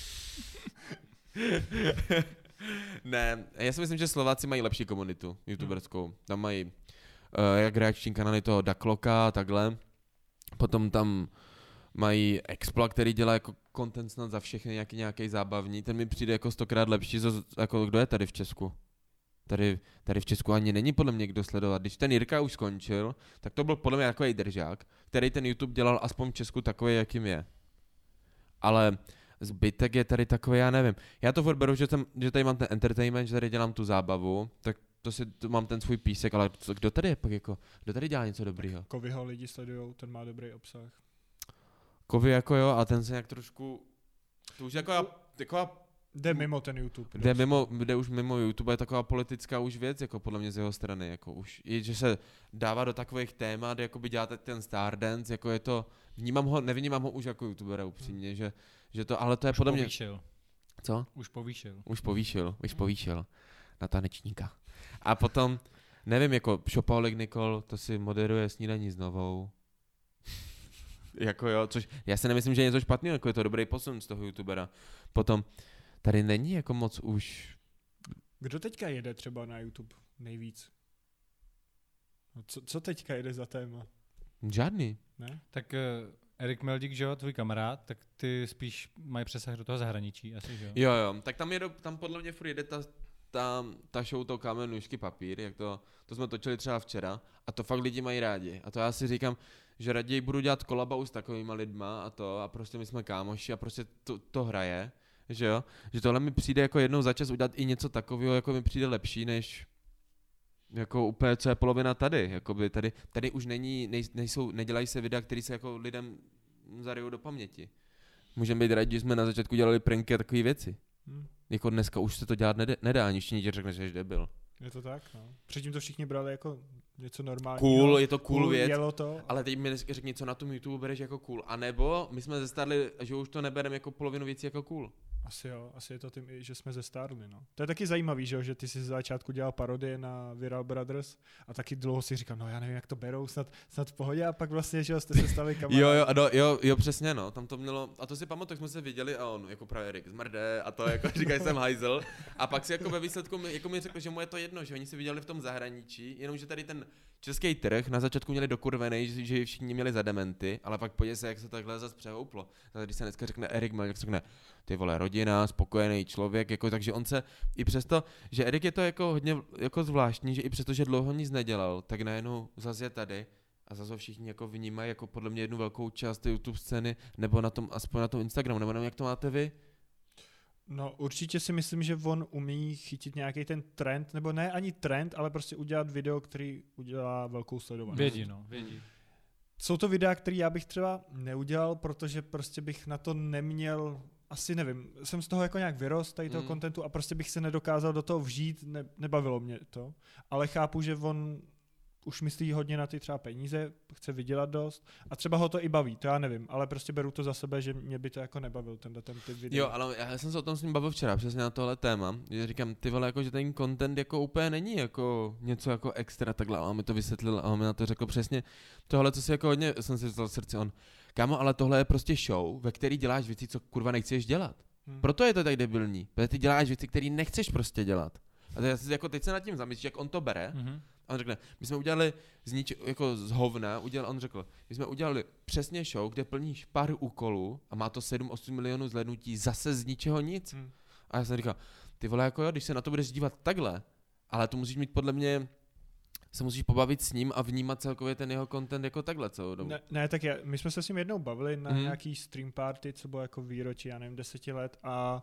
Ne, já si myslím, že Slováci mají lepší komunitu youtuberskou. Tam mají jak reakční kanály toho Dakloka, takhle. Potom tam mají Expla, který dělá jako content snad za všechny nějaký zábavní. Ten mi přijde jako 100krát lepší, jako kdo je tady v Česku. Tady v Česku ani není podle mě kdo sledovat. Když ten Jirka už skončil, tak to byl podle mě takový držák, který ten YouTube dělal aspoň v Česku takový, jakým je. Ale zbytek je tady takový, já nevím. Já to beru, že tady mám ten entertainment, že tady dělám tu zábavu, tak to mám ten svůj písek, ale kdo tady je pak jako, kdo tady dělá něco dobrýho? Kovyho lidi sledujou, ten má dobrý obsah. Kovy jako jo, a ten se nějak trošku, to už taková jde mimo ten YouTube. Jde už mimo YouTube, je taková politická už věc, jako podle mě z jeho strany, jako už, že se dává do takových témat, jako by děláte ten Stardance, jako je to, nevnímám ho už jako YouTubera upřímně, že to, ale to je podle mě... Povýšil. Co? Už povýšil na tanečníka. A potom, nevím, jako Šopaholik Nikol, to si moderuje Snídaní s Novou. Jako jo, což já si nemyslím, že je něco špatného, jako je to dobrý posun z toho YouTubera. Potom, tady není jako moc už... Kdo teďka jede třeba na YouTube nejvíc? Co teďka jede za téma? Žádný. Ne? Tak Erik Meldík, že jo, tvůj kamarád, tak ty spíš mají přesah do toho zahraničí, asi, že jo? Jo, tak tam podle mě furt jede ta show to kámen, nůžky, papír, jak to jsme točili třeba včera a to fakt lidi mají rádi. A to já si říkám, že raději budu dělat kolabau s takovýma lidma a prostě my jsme kámoši a prostě to hraje, že jo? Že tohle mi přijde jako jednou za čas udělat i něco takového, jako mi přijde lepší, než jako úplně co je polovina tady. Jakoby tady už nedělají se videa, které se jako lidem zaryjou do paměti. Můžeme být rádi, že jsme na začátku dělali pranky a takové věci. Jako dneska už se to dělat nedá, ani všichni ti řekne, že jsi debil. Je to tak, no. Předtím to všichni brali jako něco normálního. Cool, je to cool věc, to. ale teď mi řekni, co na tom YouTube bereš jako cool. A nebo my jsme zestárli, že už to nebereme jako polovinu věcí jako cool. Asi jo, asi je to tím, že jsme zestárli, no. To je taky zajímavý, že ty jsi z začátku dělal parodie na Viral Brothers a taky dlouho si říkal, no já nevím, jak to berou, snad v pohodě a pak vlastně, že jste se stali kamarádi. Jo, přesně, no, tam to mělo, a to si pamatuju, jsme se viděli a on jako právě Erik zmrde a to jako říkají jsem hajzel a pak si jako ve výsledku jako mi řekl, že mu je to jedno, že oni si viděli v tom zahraničí, jenomže tady ten český trh na začátku měli dokurvený, že všichni měli za dementy, ale pak podívej se, jak se takhle zase přehouplo. Když se dneska řekne Erik Melník, tak řekne, ty vole, rodina, spokojený člověk, jako, takže on se, i přesto, že Erik je to jako hodně jako zvláštní, že i přesto, že dlouho nic nedělal, tak najednou zase je tady a zase všichni jako vnímají jako podle mě jednu velkou část té YouTube scény, nebo na tom, aspoň na tom Instagramu, nebo nevím, jak to máte vy? No určitě si myslím, že on umí chytit nějaký ten trend, nebo ne ani trend, ale prostě udělat video, který udělá velkou sledovanost. Vědí. Jsou to videa, které já bych třeba neudělal, protože prostě bych na to neměl, asi nevím, jsem z toho jako nějak vyrost, tady toho kontentu a prostě bych se nedokázal do toho vžít, nebavilo mě to, ale chápu, že on už myslí hodně na ty třeba peníze, chce vydělat dost a třeba ho to i baví, to já nevím, ale prostě beru to za sebe, že mě by to jako nebavil ten typ video. Jo, ale já jsem se o tom s ním bavil včera, přesně na tohle téma, že říkám, ty vole, jako, že ten content jako úplně není jako něco jako extra takhle, a on mi to vysvětlil a on mi na to řekl přesně tohle, co si jako hodně, jsem si vzal srdci, kámo, ale tohle je prostě show, ve který děláš věci, co kurva nechceš dělat. Proto je to tak debilní, protože ty děláš věci, které nechceš prostě dělat. A jako teď se nad tím zamyslíš, jak on to bere. A on řekne, my jsme udělali jako z hovna, on řekl, my jsme udělali přesně show, kde plníš pár úkolů a má to 7-8 milionů zhlédnutí zase z ničeho nic. A já jsem říkal, ty vole, jako jo, když se na to budeš dívat takhle, ale to musíš mít podle mě, se musíš pobavit s ním a vnímat celkově ten jeho content jako takhle celou dobu. Ne, tak my jsme se s ním jednou bavili na nějaký stream party, co bylo jako výročí, já nevím, 10 let a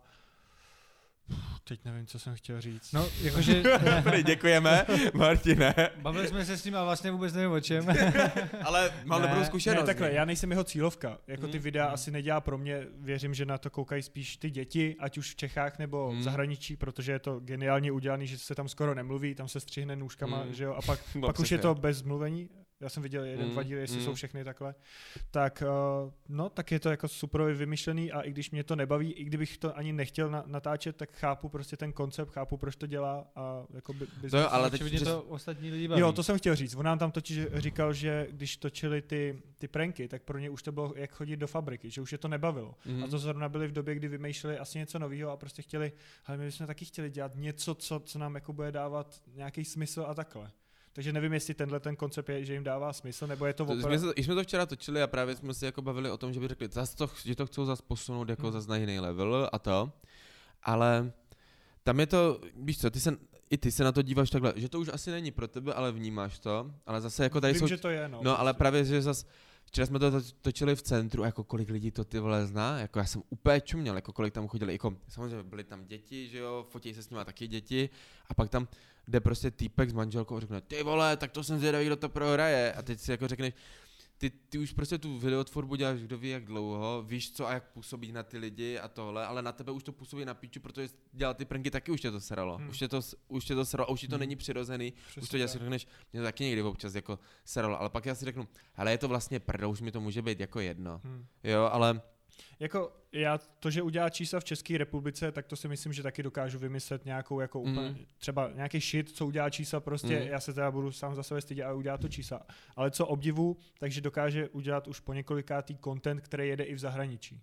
teď nevím, co jsem chtěl říct. No, jakože... Děkujeme, Martine. Bavili jsme se s ním a vlastně vůbec nevím o čem. Ale mám dobrou zkušenost. Ne, takhle, já nejsem jeho cílovka. Jako ty videa asi nedělá pro mě, věřím, že na to koukají spíš ty děti, ať už v Čechách nebo v zahraničí, protože je to geniálně udělaný, že se tam skoro nemluví, tam se střihne nůžkama, že jo, a pak už je to bez mluvení. Já jsem viděl 1-2 díly, jestli jsou všechny takhle. Tak, tak je to jako super vymyšlený a i když mě to nebaví, i kdybych to ani nechtěl natáčet, tak chápu prostě ten koncept, chápu, proč to dělá a jako to jo, ale teď to ostatní lidi baví. Jo, to jsem chtěl říct. On nám tam totiž říkal, že když točili ty pranky, tak pro ně už to bylo jak chodit do fabriky, že už je to nebavilo. A to zrovna byli v době, kdy vymýšleli asi něco nového a prostě chtěli, ale my bychom taky chtěli dělat něco, co nám jako bude dávat nějaký smysl a takhle. Takže nevím, jestli ten koncept je, že jim dává smysl, nebo je to opravdu... Jsme to včera točili a právě jsme si jako bavili o tom, že by řekli, že to chcou zase posunout jako zase na jiný level a to, ale tam je to, víš co, ty se na to díváš takhle, že to už asi není pro tebe, ale vnímáš to, ale zase jako tady Vím, že to je, no. No, ale právě, že zase včera jsme to točili v centru, jako kolik lidí to ty vole zná, jako já jsem úplně čuměl, jako kolik tam chodili, jako samozřejmě byly tam děti, že jo, fotí se s nimi taky děti a pak tam jde prostě týpek s manželkou a řekne, ty vole, tak to jsem zvědavý, kdo to prohraje a teď si jako řekneš, ty už prostě tu videotvorbu děláš kdo ví jak dlouho, víš co a jak působí na ty lidi a tohle, ale na tebe už to působí na píču, protože dělat ty pranky taky už tě to seralo. Už tě to seralo a už ti to není přirozený. Přesně už to děláš, si řekneš, mě to taky někdy občas jako seralo, ale pak já si řeknu, hele je to vlastně prdo, už mi to může být jako jedno. Jo, ale jako to, že udělá čísla v České republice, tak to si myslím, že taky dokážu vymyslet nějakou jako úplně, třeba nějaký shit, co udělá čísla prostě, já se teda budu sám za sebe stydět a udělá to čísla. Ale co obdivu, takže dokáže udělat už po několikátý content, který jede i v zahraničí.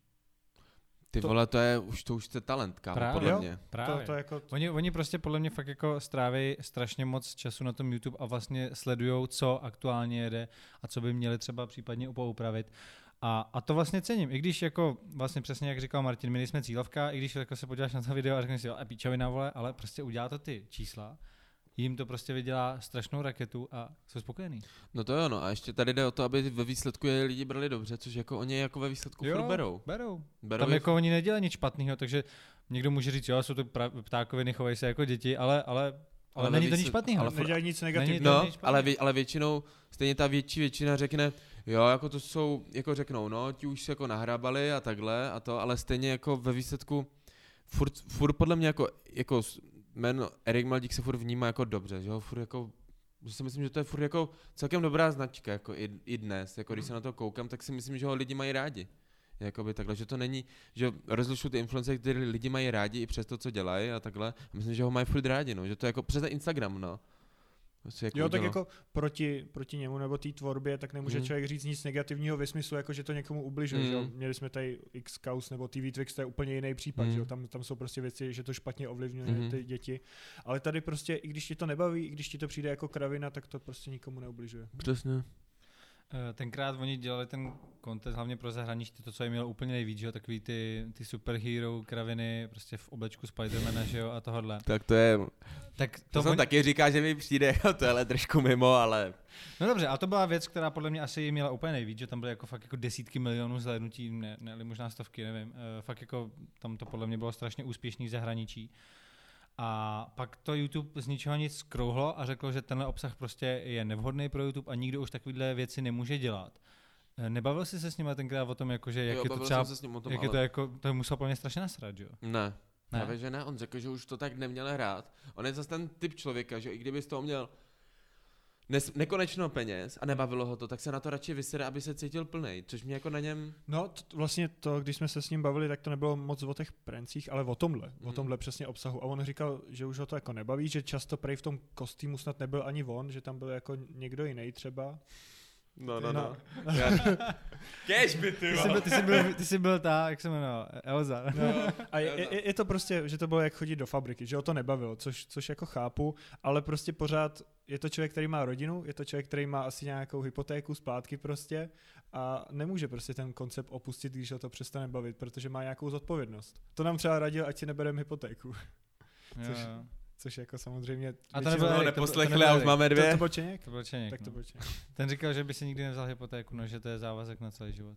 Ty vole, to už je talent, kámo, podle mě. Právě. To jako... Oni prostě podle mě fakt jako stráví strašně moc času na tom YouTube a vlastně sledujou, co aktuálně jede a co by měli třeba případně upoupravit. A to vlastně cením, i když jako vlastně přesně jak říkal Martin, my nejsme cílovka, i když jako se podíváš na to video a řekneš si, píčovina vole, ale prostě udělá to ty čísla, jim to prostě vydělá strašnou raketu a jsou spokojený. No to jo, no a ještě tady jde o to, aby ve výsledku je lidi brali dobře, což jako oni jako ve výsledku furt berou. Tam jako oni nedělají nic špatného, takže někdo může říct, jo, jsou to ptákoviny, chovají se jako děti, ale není to nic špatného. Ale nedělají nic negativního. No, ale většinou, stejně ta většina řekne, jo, jako to jsou, jako řeknou, no, ti už se jako nahrábali a takhle a to, ale stejně jako ve výsledku furt podle mě jako jméno Erik Maldík se furt vnímá jako dobře, že jo, furt jako, že si myslím, že to je furt jako celkem dobrá značka, jako i dnes, jako když se na to koukám, tak si myslím, že ho lidi mají rádi. Jakoby takhle, že to není, že rozlišují ty influencery, které lidi mají rádi i přes to, co dělají a takhle. A myslím, že ho mají furt rádi, no, že to je jako přes Instagram, no. Jako jo, tak jako proti němu nebo té tvorbě, tak nemůže člověk říct nic negativního ve smyslu, jako že to někomu ubližuje, že jo. Měli jsme tady X-Kaus nebo TV Twix, to je úplně jiný případ, že jo. Tam jsou prostě věci, že to špatně ovlivňuje ty děti. Ale tady prostě, i když ti to nebaví, i když ti to přijde jako kravina, tak to prostě nikomu neubližuje. Přesně. Tenkrát oni dělali ten content hlavně pro zahraničí, to, co jim mělo úplně nejvíc, že jo, takový ty superhero kraviny, prostě v oblečku Spidermana, že jo, a tohodle. Tak to je, tak to jsem taky říká, že mi přijde tohle trošku mimo, ale... No dobře, a to byla věc, která podle mě asi měla úplně nejvíc, že tam byly jako fakt jako desítky milionů zhlédnutí, ne možná stovky, nevím, fakt jako tam to podle mě bylo strašně úspěšný v zahraničí. A pak to YouTube z ničeho nic skrouhlo a řekl, že tenhle obsah prostě je nevhodný pro YouTube a nikdo už takovýhle věci nemůže dělat. Nebavil jsi se s nimi tenkrát o tom, jakože jak jo, je to třeba, jak je to jako, to musel plně strašně nasrat, jo? Ne. Právě, že ne, on řekl, že už to tak neměl hrát. On je zase ten typ člověka, že i kdyby z toho měl nekonečno peněz a nebavilo ho to, tak se na to radši vysere, aby se cítil plnej, což mě jako na něm... No vlastně to, když jsme se s ním bavili, tak to nebylo moc o těch prencích, ale o tomhle přesně obsahu. A on říkal, že už ho to jako nebaví, že často prej v tom kostýmu snad nebyl ani on, že tam byl jako někdo jiný třeba. No. Kéž by ty jsi byl ta, jak se jmenoval, Elza. No. A je to prostě, že to bylo jak chodit do fabriky, že ho to nebavilo, což jako chápu, ale prostě pořád je to člověk, který má rodinu, je to člověk, který má asi nějakou hypotéku, splátky prostě a nemůže prostě ten koncept opustit, když ho to přestane bavit, protože má nějakou zodpovědnost. To nám třeba radil, ať si nebereme hypotéku. Což jako samozřejmě... A to nebyl Erik, neposlechli a už máme 2. To byl Čeněk? To byl Čeněk, tak to byl Čeněk. Ten říkal, že by si nikdy nevzal hypotéku, no, že to je závazek na celý život.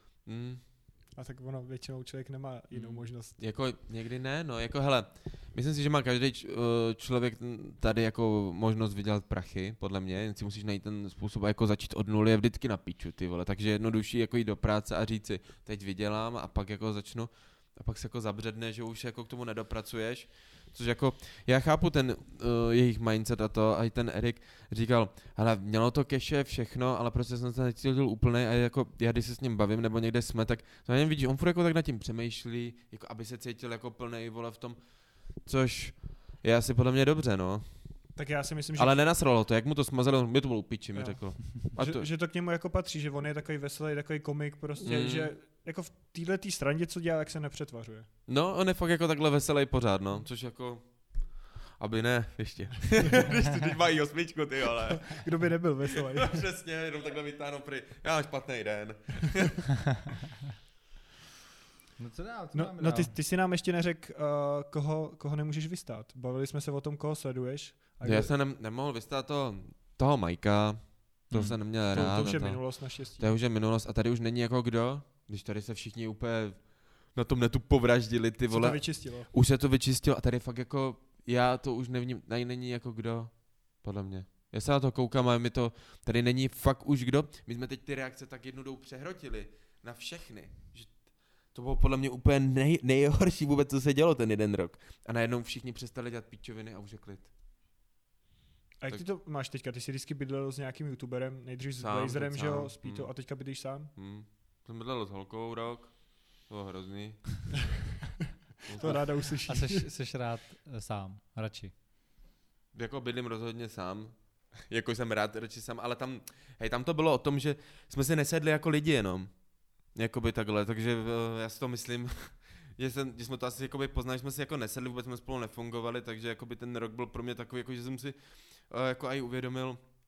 A tak ono většinou člověk nemá jinou možnost. Jako někdy ne, no jako hele, myslím si, že má každý člověk tady jako možnost vydělat prachy, podle mě, jen si musíš najít ten způsob jako začít od nuly, je vždycky na píču, ty vole, takže jednodušší jako jít do práce a říct si, teď vydělám a pak jako začnu a pak se jako zabředne, že už jako k tomu nedopracuješ, což jako, já chápu ten jejich mindset a to, a i ten Erik říkal, hele, mělo to keše všechno, ale prostě jsem se necítil úplnej a jako, já když se s ním bavím, nebo někde jsme, tak to nevím, vidíš, on furt jako tak nad tím přemýšlí, jako aby se cítil jako plnej, vole, v tom, což je asi podle mě dobře, no. Tak já si myslím, že... Ale nenasralo to, jak mu to smazalo, mě to bylo piči, mi řekl. Že to k němu jako patří, že on je takový veselý, takový komik prostě, že jako v této straně, co dělá, jak se nepřetvařuje. No, on je fakt jako takhle veselý pořád, no, což jako... Aby ne, ještě. Když mají 8, ty ale. Kdo by nebyl veselý. No, přesně, jenom takhle vytáhnou prý, já mám špatný den. No co dál, no ty si nám ještě neřekl, koho nemůžeš vystát. Bavili jsme se o tom, koho sleduješ. Já jsem nemohl vystát toho Majka, to jsem neměl rád. To už je minulost naštěstí. To je už je minulost a tady už není jako kdo, když tady se všichni úplně na tom netu povraždili, ty vole. Se to vyčistilo. Už se to vyčistilo a tady fakt jako, já to už nevím, tady není jako kdo, podle mě. Já se na to koukám a mi to, tady není fakt už kdo. My jsme teď ty reakce tak jednou přehrotili na všechny, že to bylo podle mě úplně nejhorší vůbec, co se dělo ten jeden rok. A najednou všichni přestali dělat píčoviny a už je klid. A jak ty to máš teďka? Ty jsi vždycky bydlel s nějakým youtuberem, nejdřív s Blazerem, že jo, s Pítou, a teďka bydlíš sám? Jsem bydlel s holkou rok, to bylo hrozný. To ráda uslyší. A seš rád sám, radši? Jako bydlím rozhodně sám, jako jsem rád radši sám, ale tam to bylo o tom, že jsme si nesedli jako lidi jenom. Jakoby takhle, takže já si to myslím, že jsme to asi jakoby poznali, že jsme si jako nesedli, vůbec jsme spolu nefungovali, takže jakoby ten rok byl pro mě takový, jako že jsem si jako aj uvědomil,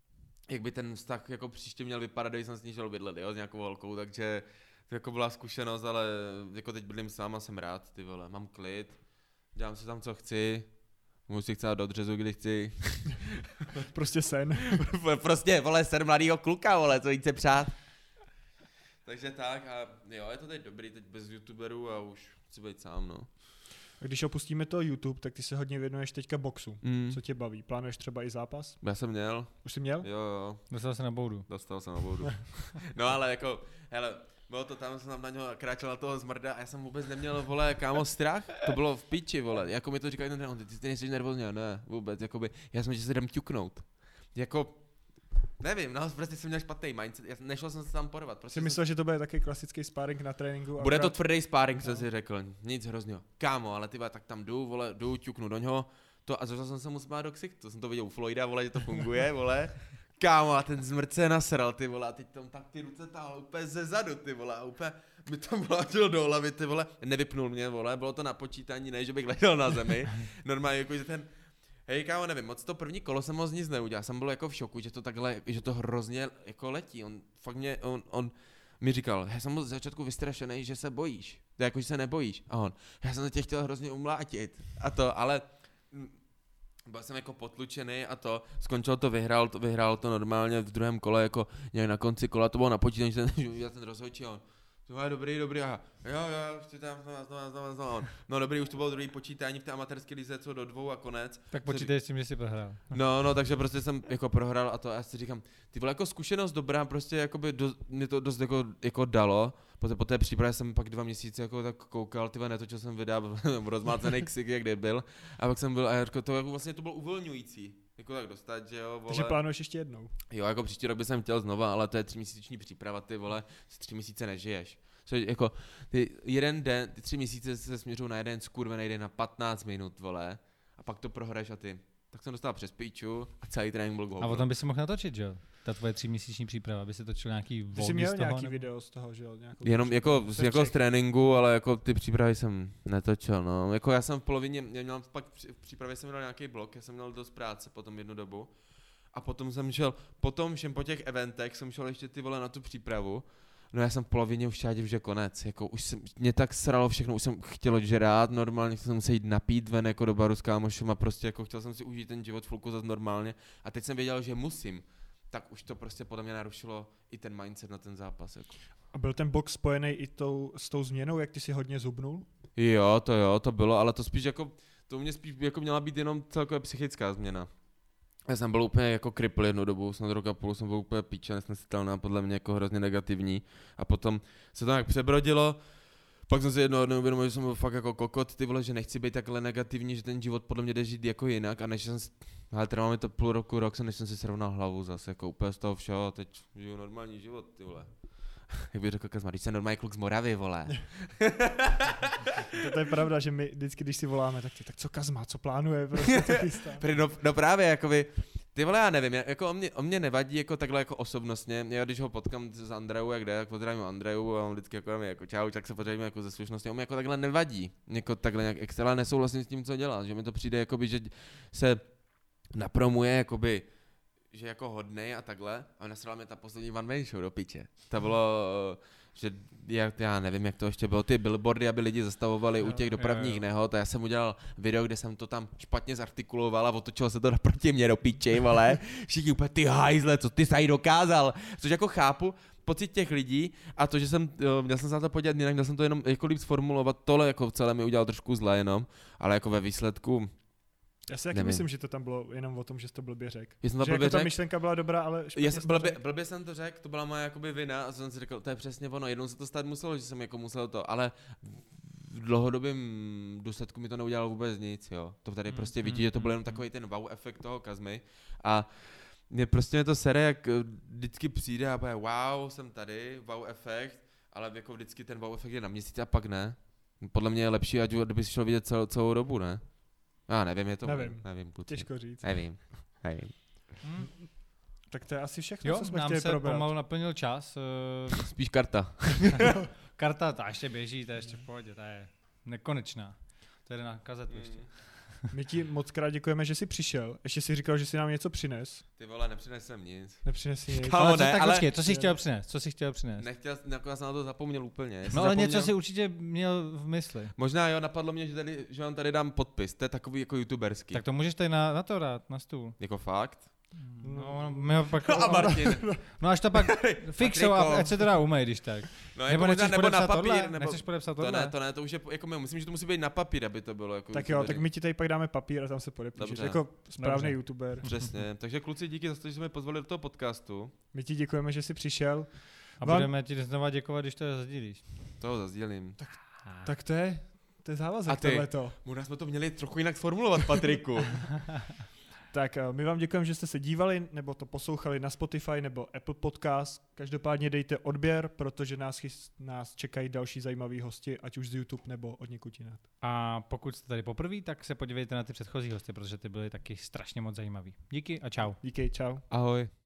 jak by ten vztah jako příště měl vypadat, když jsem s ní šel bydlet, jo, s nějakou holkou, takže to jako byla zkušenost, ale jako teď bydlím sám a jsem rád, ty vole, mám klid, dělám si tam, co chci, můžu si chcát do dřezu, kdy chci. Prostě sen. Prostě, vole, sen mladýho kluka, vole, co chce přát. Takže tak a jo, je to teď dobrý, teď bez youtuberů a už chci být sám, no. A když opustíme to YouTube, tak ty se hodně věnuješ teďka boxu. Co tě baví? Plánuješ třeba i zápas? Já jsem měl. Už jsi měl? Jo. Dostal se na boudu. Dostal jsem na boudu. No ale jako, hele, bylo to tam, jsem tam na něho kráčel na toho zmrda a já jsem vůbec neměl, vole, kámo, strach. To bylo v piči, vole. Jako mi to říkal jeden trenér, ty nejsi nervózní, ne, vůbec, jakoby, já jsem, že se jdem ťuknout. Jako, nevím, no, prostě jsem měl špatný mindset, nešel jsem se tam porvat. Prostě jsi myslel, že to bude taky klasický sparring na tréninku? Bude to tvrdý sparring, co si řekl, nic hroznýho. Kámo, ale ty tak tam jdu, vole, ťuknu do něho, to a začal jsem se mu smát do ksichtu, jsem to viděl u Floyda, vole, že to funguje, vole. Kámo, a ten zmrt se nasral, ty vole, a teď tam tak ty ruce táhl úplně ze zadu, ty vole, a úplně mi tam vlátil do hlavy, ty vole, nevypnul mě, vole, bylo to na počítání, ne, že bych ležel na zemi, normálně jako, že ten, hej kámo, nevím, moc to první kolo jsem moc nic neudělal, jsem byl jako v šoku, že to takhle, že to hrozně jako letí, on fakt mě, on mi říkal, já jsem byl z začátku vystrašený, že se bojíš, to jako, že se nebojíš, a on, já jsem tě chtěl hrozně umlátit, a to, ale byl jsem jako potlučený a to, skončil to, vyhrál to normálně v druhém kole, jako nějak na konci kola, to bylo na počítání, že ten rozhodčí, on, to je dobrý, aha, jo, ještě tam znovu. No dobrý, už to bylo druhý počítání v té amatérské lize, co do 2 a konec. Tak počítej s tím, že jsi prohrál. No, takže prostě jsem jako prohrál a to a já si říkám, ty vole, jako zkušenost dobrá, prostě jakoby mě to dost jako dalo. Po té přípravě jsem pak 2 měsíce jako tak koukal, ty vole, netočil jsem videa, rozmácený ksik, jak kde byl. A pak jsem byl, a jako to jako vlastně to bylo uvolňující. Jako tak dostat, že jo, vole. Takže plánuješ ještě jednou? Jo, jako příští rok bych jsem chtěl znova, ale to je 3měsíční příprava, ty vole, 3 měsíce nežiješ. Co jako, ty 3 měsíce se směřují na jeden skurvený den na 15 minut, vole, a pak to prohraješ a ty. Tak jsem dostal přes píču a celý trénink byl go. A potom by si mohl natočit, že jo? Ta tvoje 3měsíční příprava, aby si točil nějaký vlogy z toho. Jsi měl nějaký video z toho, že jo? Jenom jako z tréninku, ale jako ty přípravy jsem netočil, no. Jako já jsem v polovině, měl pak v přípravě jsem měl nějaký blok, já jsem měl dost práce potom jednu dobu. A potom jsem šel, všem po těch eventech jsem šel ještě ty vole na tu přípravu. No já jsem v polovině už čádil, že konec, jako už mě tak sralo všechno, už jsem chtěl žrát, normálně jsem se jít napít ven jako do baru s kámošem a prostě jako chtěl jsem si užít ten život fulku zase normálně a teď jsem věděl, že musím, tak už to prostě podle mě narušilo i ten mindset na ten zápas. Jako. A byl ten box spojený i s tou změnou, jak ty si hodně zubnul? Jo, to bylo, ale to spíš jako, to mě spíš jako měla být jenom celkově psychická změna. Já jsem byl úplně jako kripl jednu dobu, snad rok a půl jsem byl úplně píča, nesnesitelná, podle mě jako hrozně negativní. A potom se to nějak přebrodilo, pak jsem si jednou uvědomil, že jsem byl fakt jako kokot, ty vole, že nechci být takhle negativní, že ten život podle mě jde žít jako jinak a než jsem, ale trvalo mi to půl roku, rok, než jsem si srovnal hlavu zase, jako úplně z toho všeho, teď žiju normální život, ty vole. Jak bych řekl Kazma, když jsem normální kluk z Moravy, vole. To je pravda, že my vždycky, když si voláme, tak co Kazma, co plánuje, prostě co chystá. No právě, jakoby, ty vole, já nevím, jako o mě nevadí jako takhle jako osobnostně, já když ho potkám s Andreou, jak jde, tak pozdravím Andreu a on vždycky jako čau, tak se pozdravím jako ze slušnosti, on mě jako takhle nevadí, jako takhle nějak extra nesouhlasím s tím, co dělá, že mi to přijde jakoby, že se napromuje jakoby, že jako hodnej a takhle, a nasrala mě ta poslední One Man Show do piče. To bylo, že já nevím, jak to ještě bylo, ty billboardy, aby lidi zastavovali u těch dopravních nehod a já jsem udělal video, kde jsem to tam špatně zartikuloval a otočilo se to naproti mě do piče, vole. Všichni úplně, ty hajzle, co ty jsi dokázal, což jako chápu, pocit těch lidí a to, že měl jsem se na to podívat jinak, měl jsem to jenom jako líp sformulovat, tohle jako celé mi udělal trošku zle jenom, ale jako ve výsledku. Já si taky myslím, že to tam bylo jenom o tom, že jsi to blbě řekl. Jako ta myšlenka byla dobrá, ale blbě jsem to řekl, to byla moje jakoby vina a jsem si řekl, to je přesně ono, jednou se to stát muselo, že jsem jako musel to, ale v dlouhodobém důsledku mi to neudělalo vůbec nic, jo. To tady prostě vidí, že to byl jenom takový ten wow efekt toho Kazmy a mě to sere, jak vždycky přijde a bude wow, jsem tady, wow efekt, ale jako vždycky ten wow efekt je na měsíc a pak ne. Podle mě je lepší, ať kdyby šel vidět celou dobu, ne? Já nevím, je to... Nevím těžko říct. Nevím. Tak to je asi všechno, co jsme chtěli probrat. Jo, nám se pomalu naplnil čas. Spíš karta. Karta, ta ještě běží, ta ještě v pohodě, ta je nekonečná. To jde na kazetu ještě. My ti moc krát děkujeme, že jsi přišel. Ještě si říkal, že jsi nám něco přines. Ty vole, nepřinesem nic. Nepřines nic. Ale počkej, co jsi chtěl přinést? Nechtěl, jako já jsem na to zapomněl úplně. No ale něco si určitě měl v mysli. Možná jo, napadlo mě, že vám tady dám podpis, to je takový jako youtuberský. Tak to můžeš tady na to dát, na stůl. Jako fakt? No, my ho pak... A Martin. No až to pak fixou, ať se to dá umej, když tak. No, jako nebo na papír, nechceš podepsat tohle? To už je, jako myslím, že to musí být na papír, aby to bylo jako tak jo, tak my ti tady pak dáme papír a tam se podepíšeš, jako správný YouTuber. Přesně, takže kluci, díky za to, že jsme pozvali do toho podcastu. My ti děkujeme, že jsi přišel. A budeme ti znova děkovat, když to zazdílíš. Toho zazdílím. Tak to je závazek tohleto. Možná jsme to měli trochu jinak formulovat, Patriku. Tak my vám děkujeme, že jste se dívali nebo to poslouchali na Spotify nebo Apple Podcast. Každopádně dejte odběr, protože nás čekají další zajímaví hosti, ať už z YouTube nebo od někud jinak. A pokud jste tady poprvé, tak se podívejte na ty předchozí hosty, protože ty byly taky strašně moc zajímavý. Díky a čau. Díky, čau. Ahoj.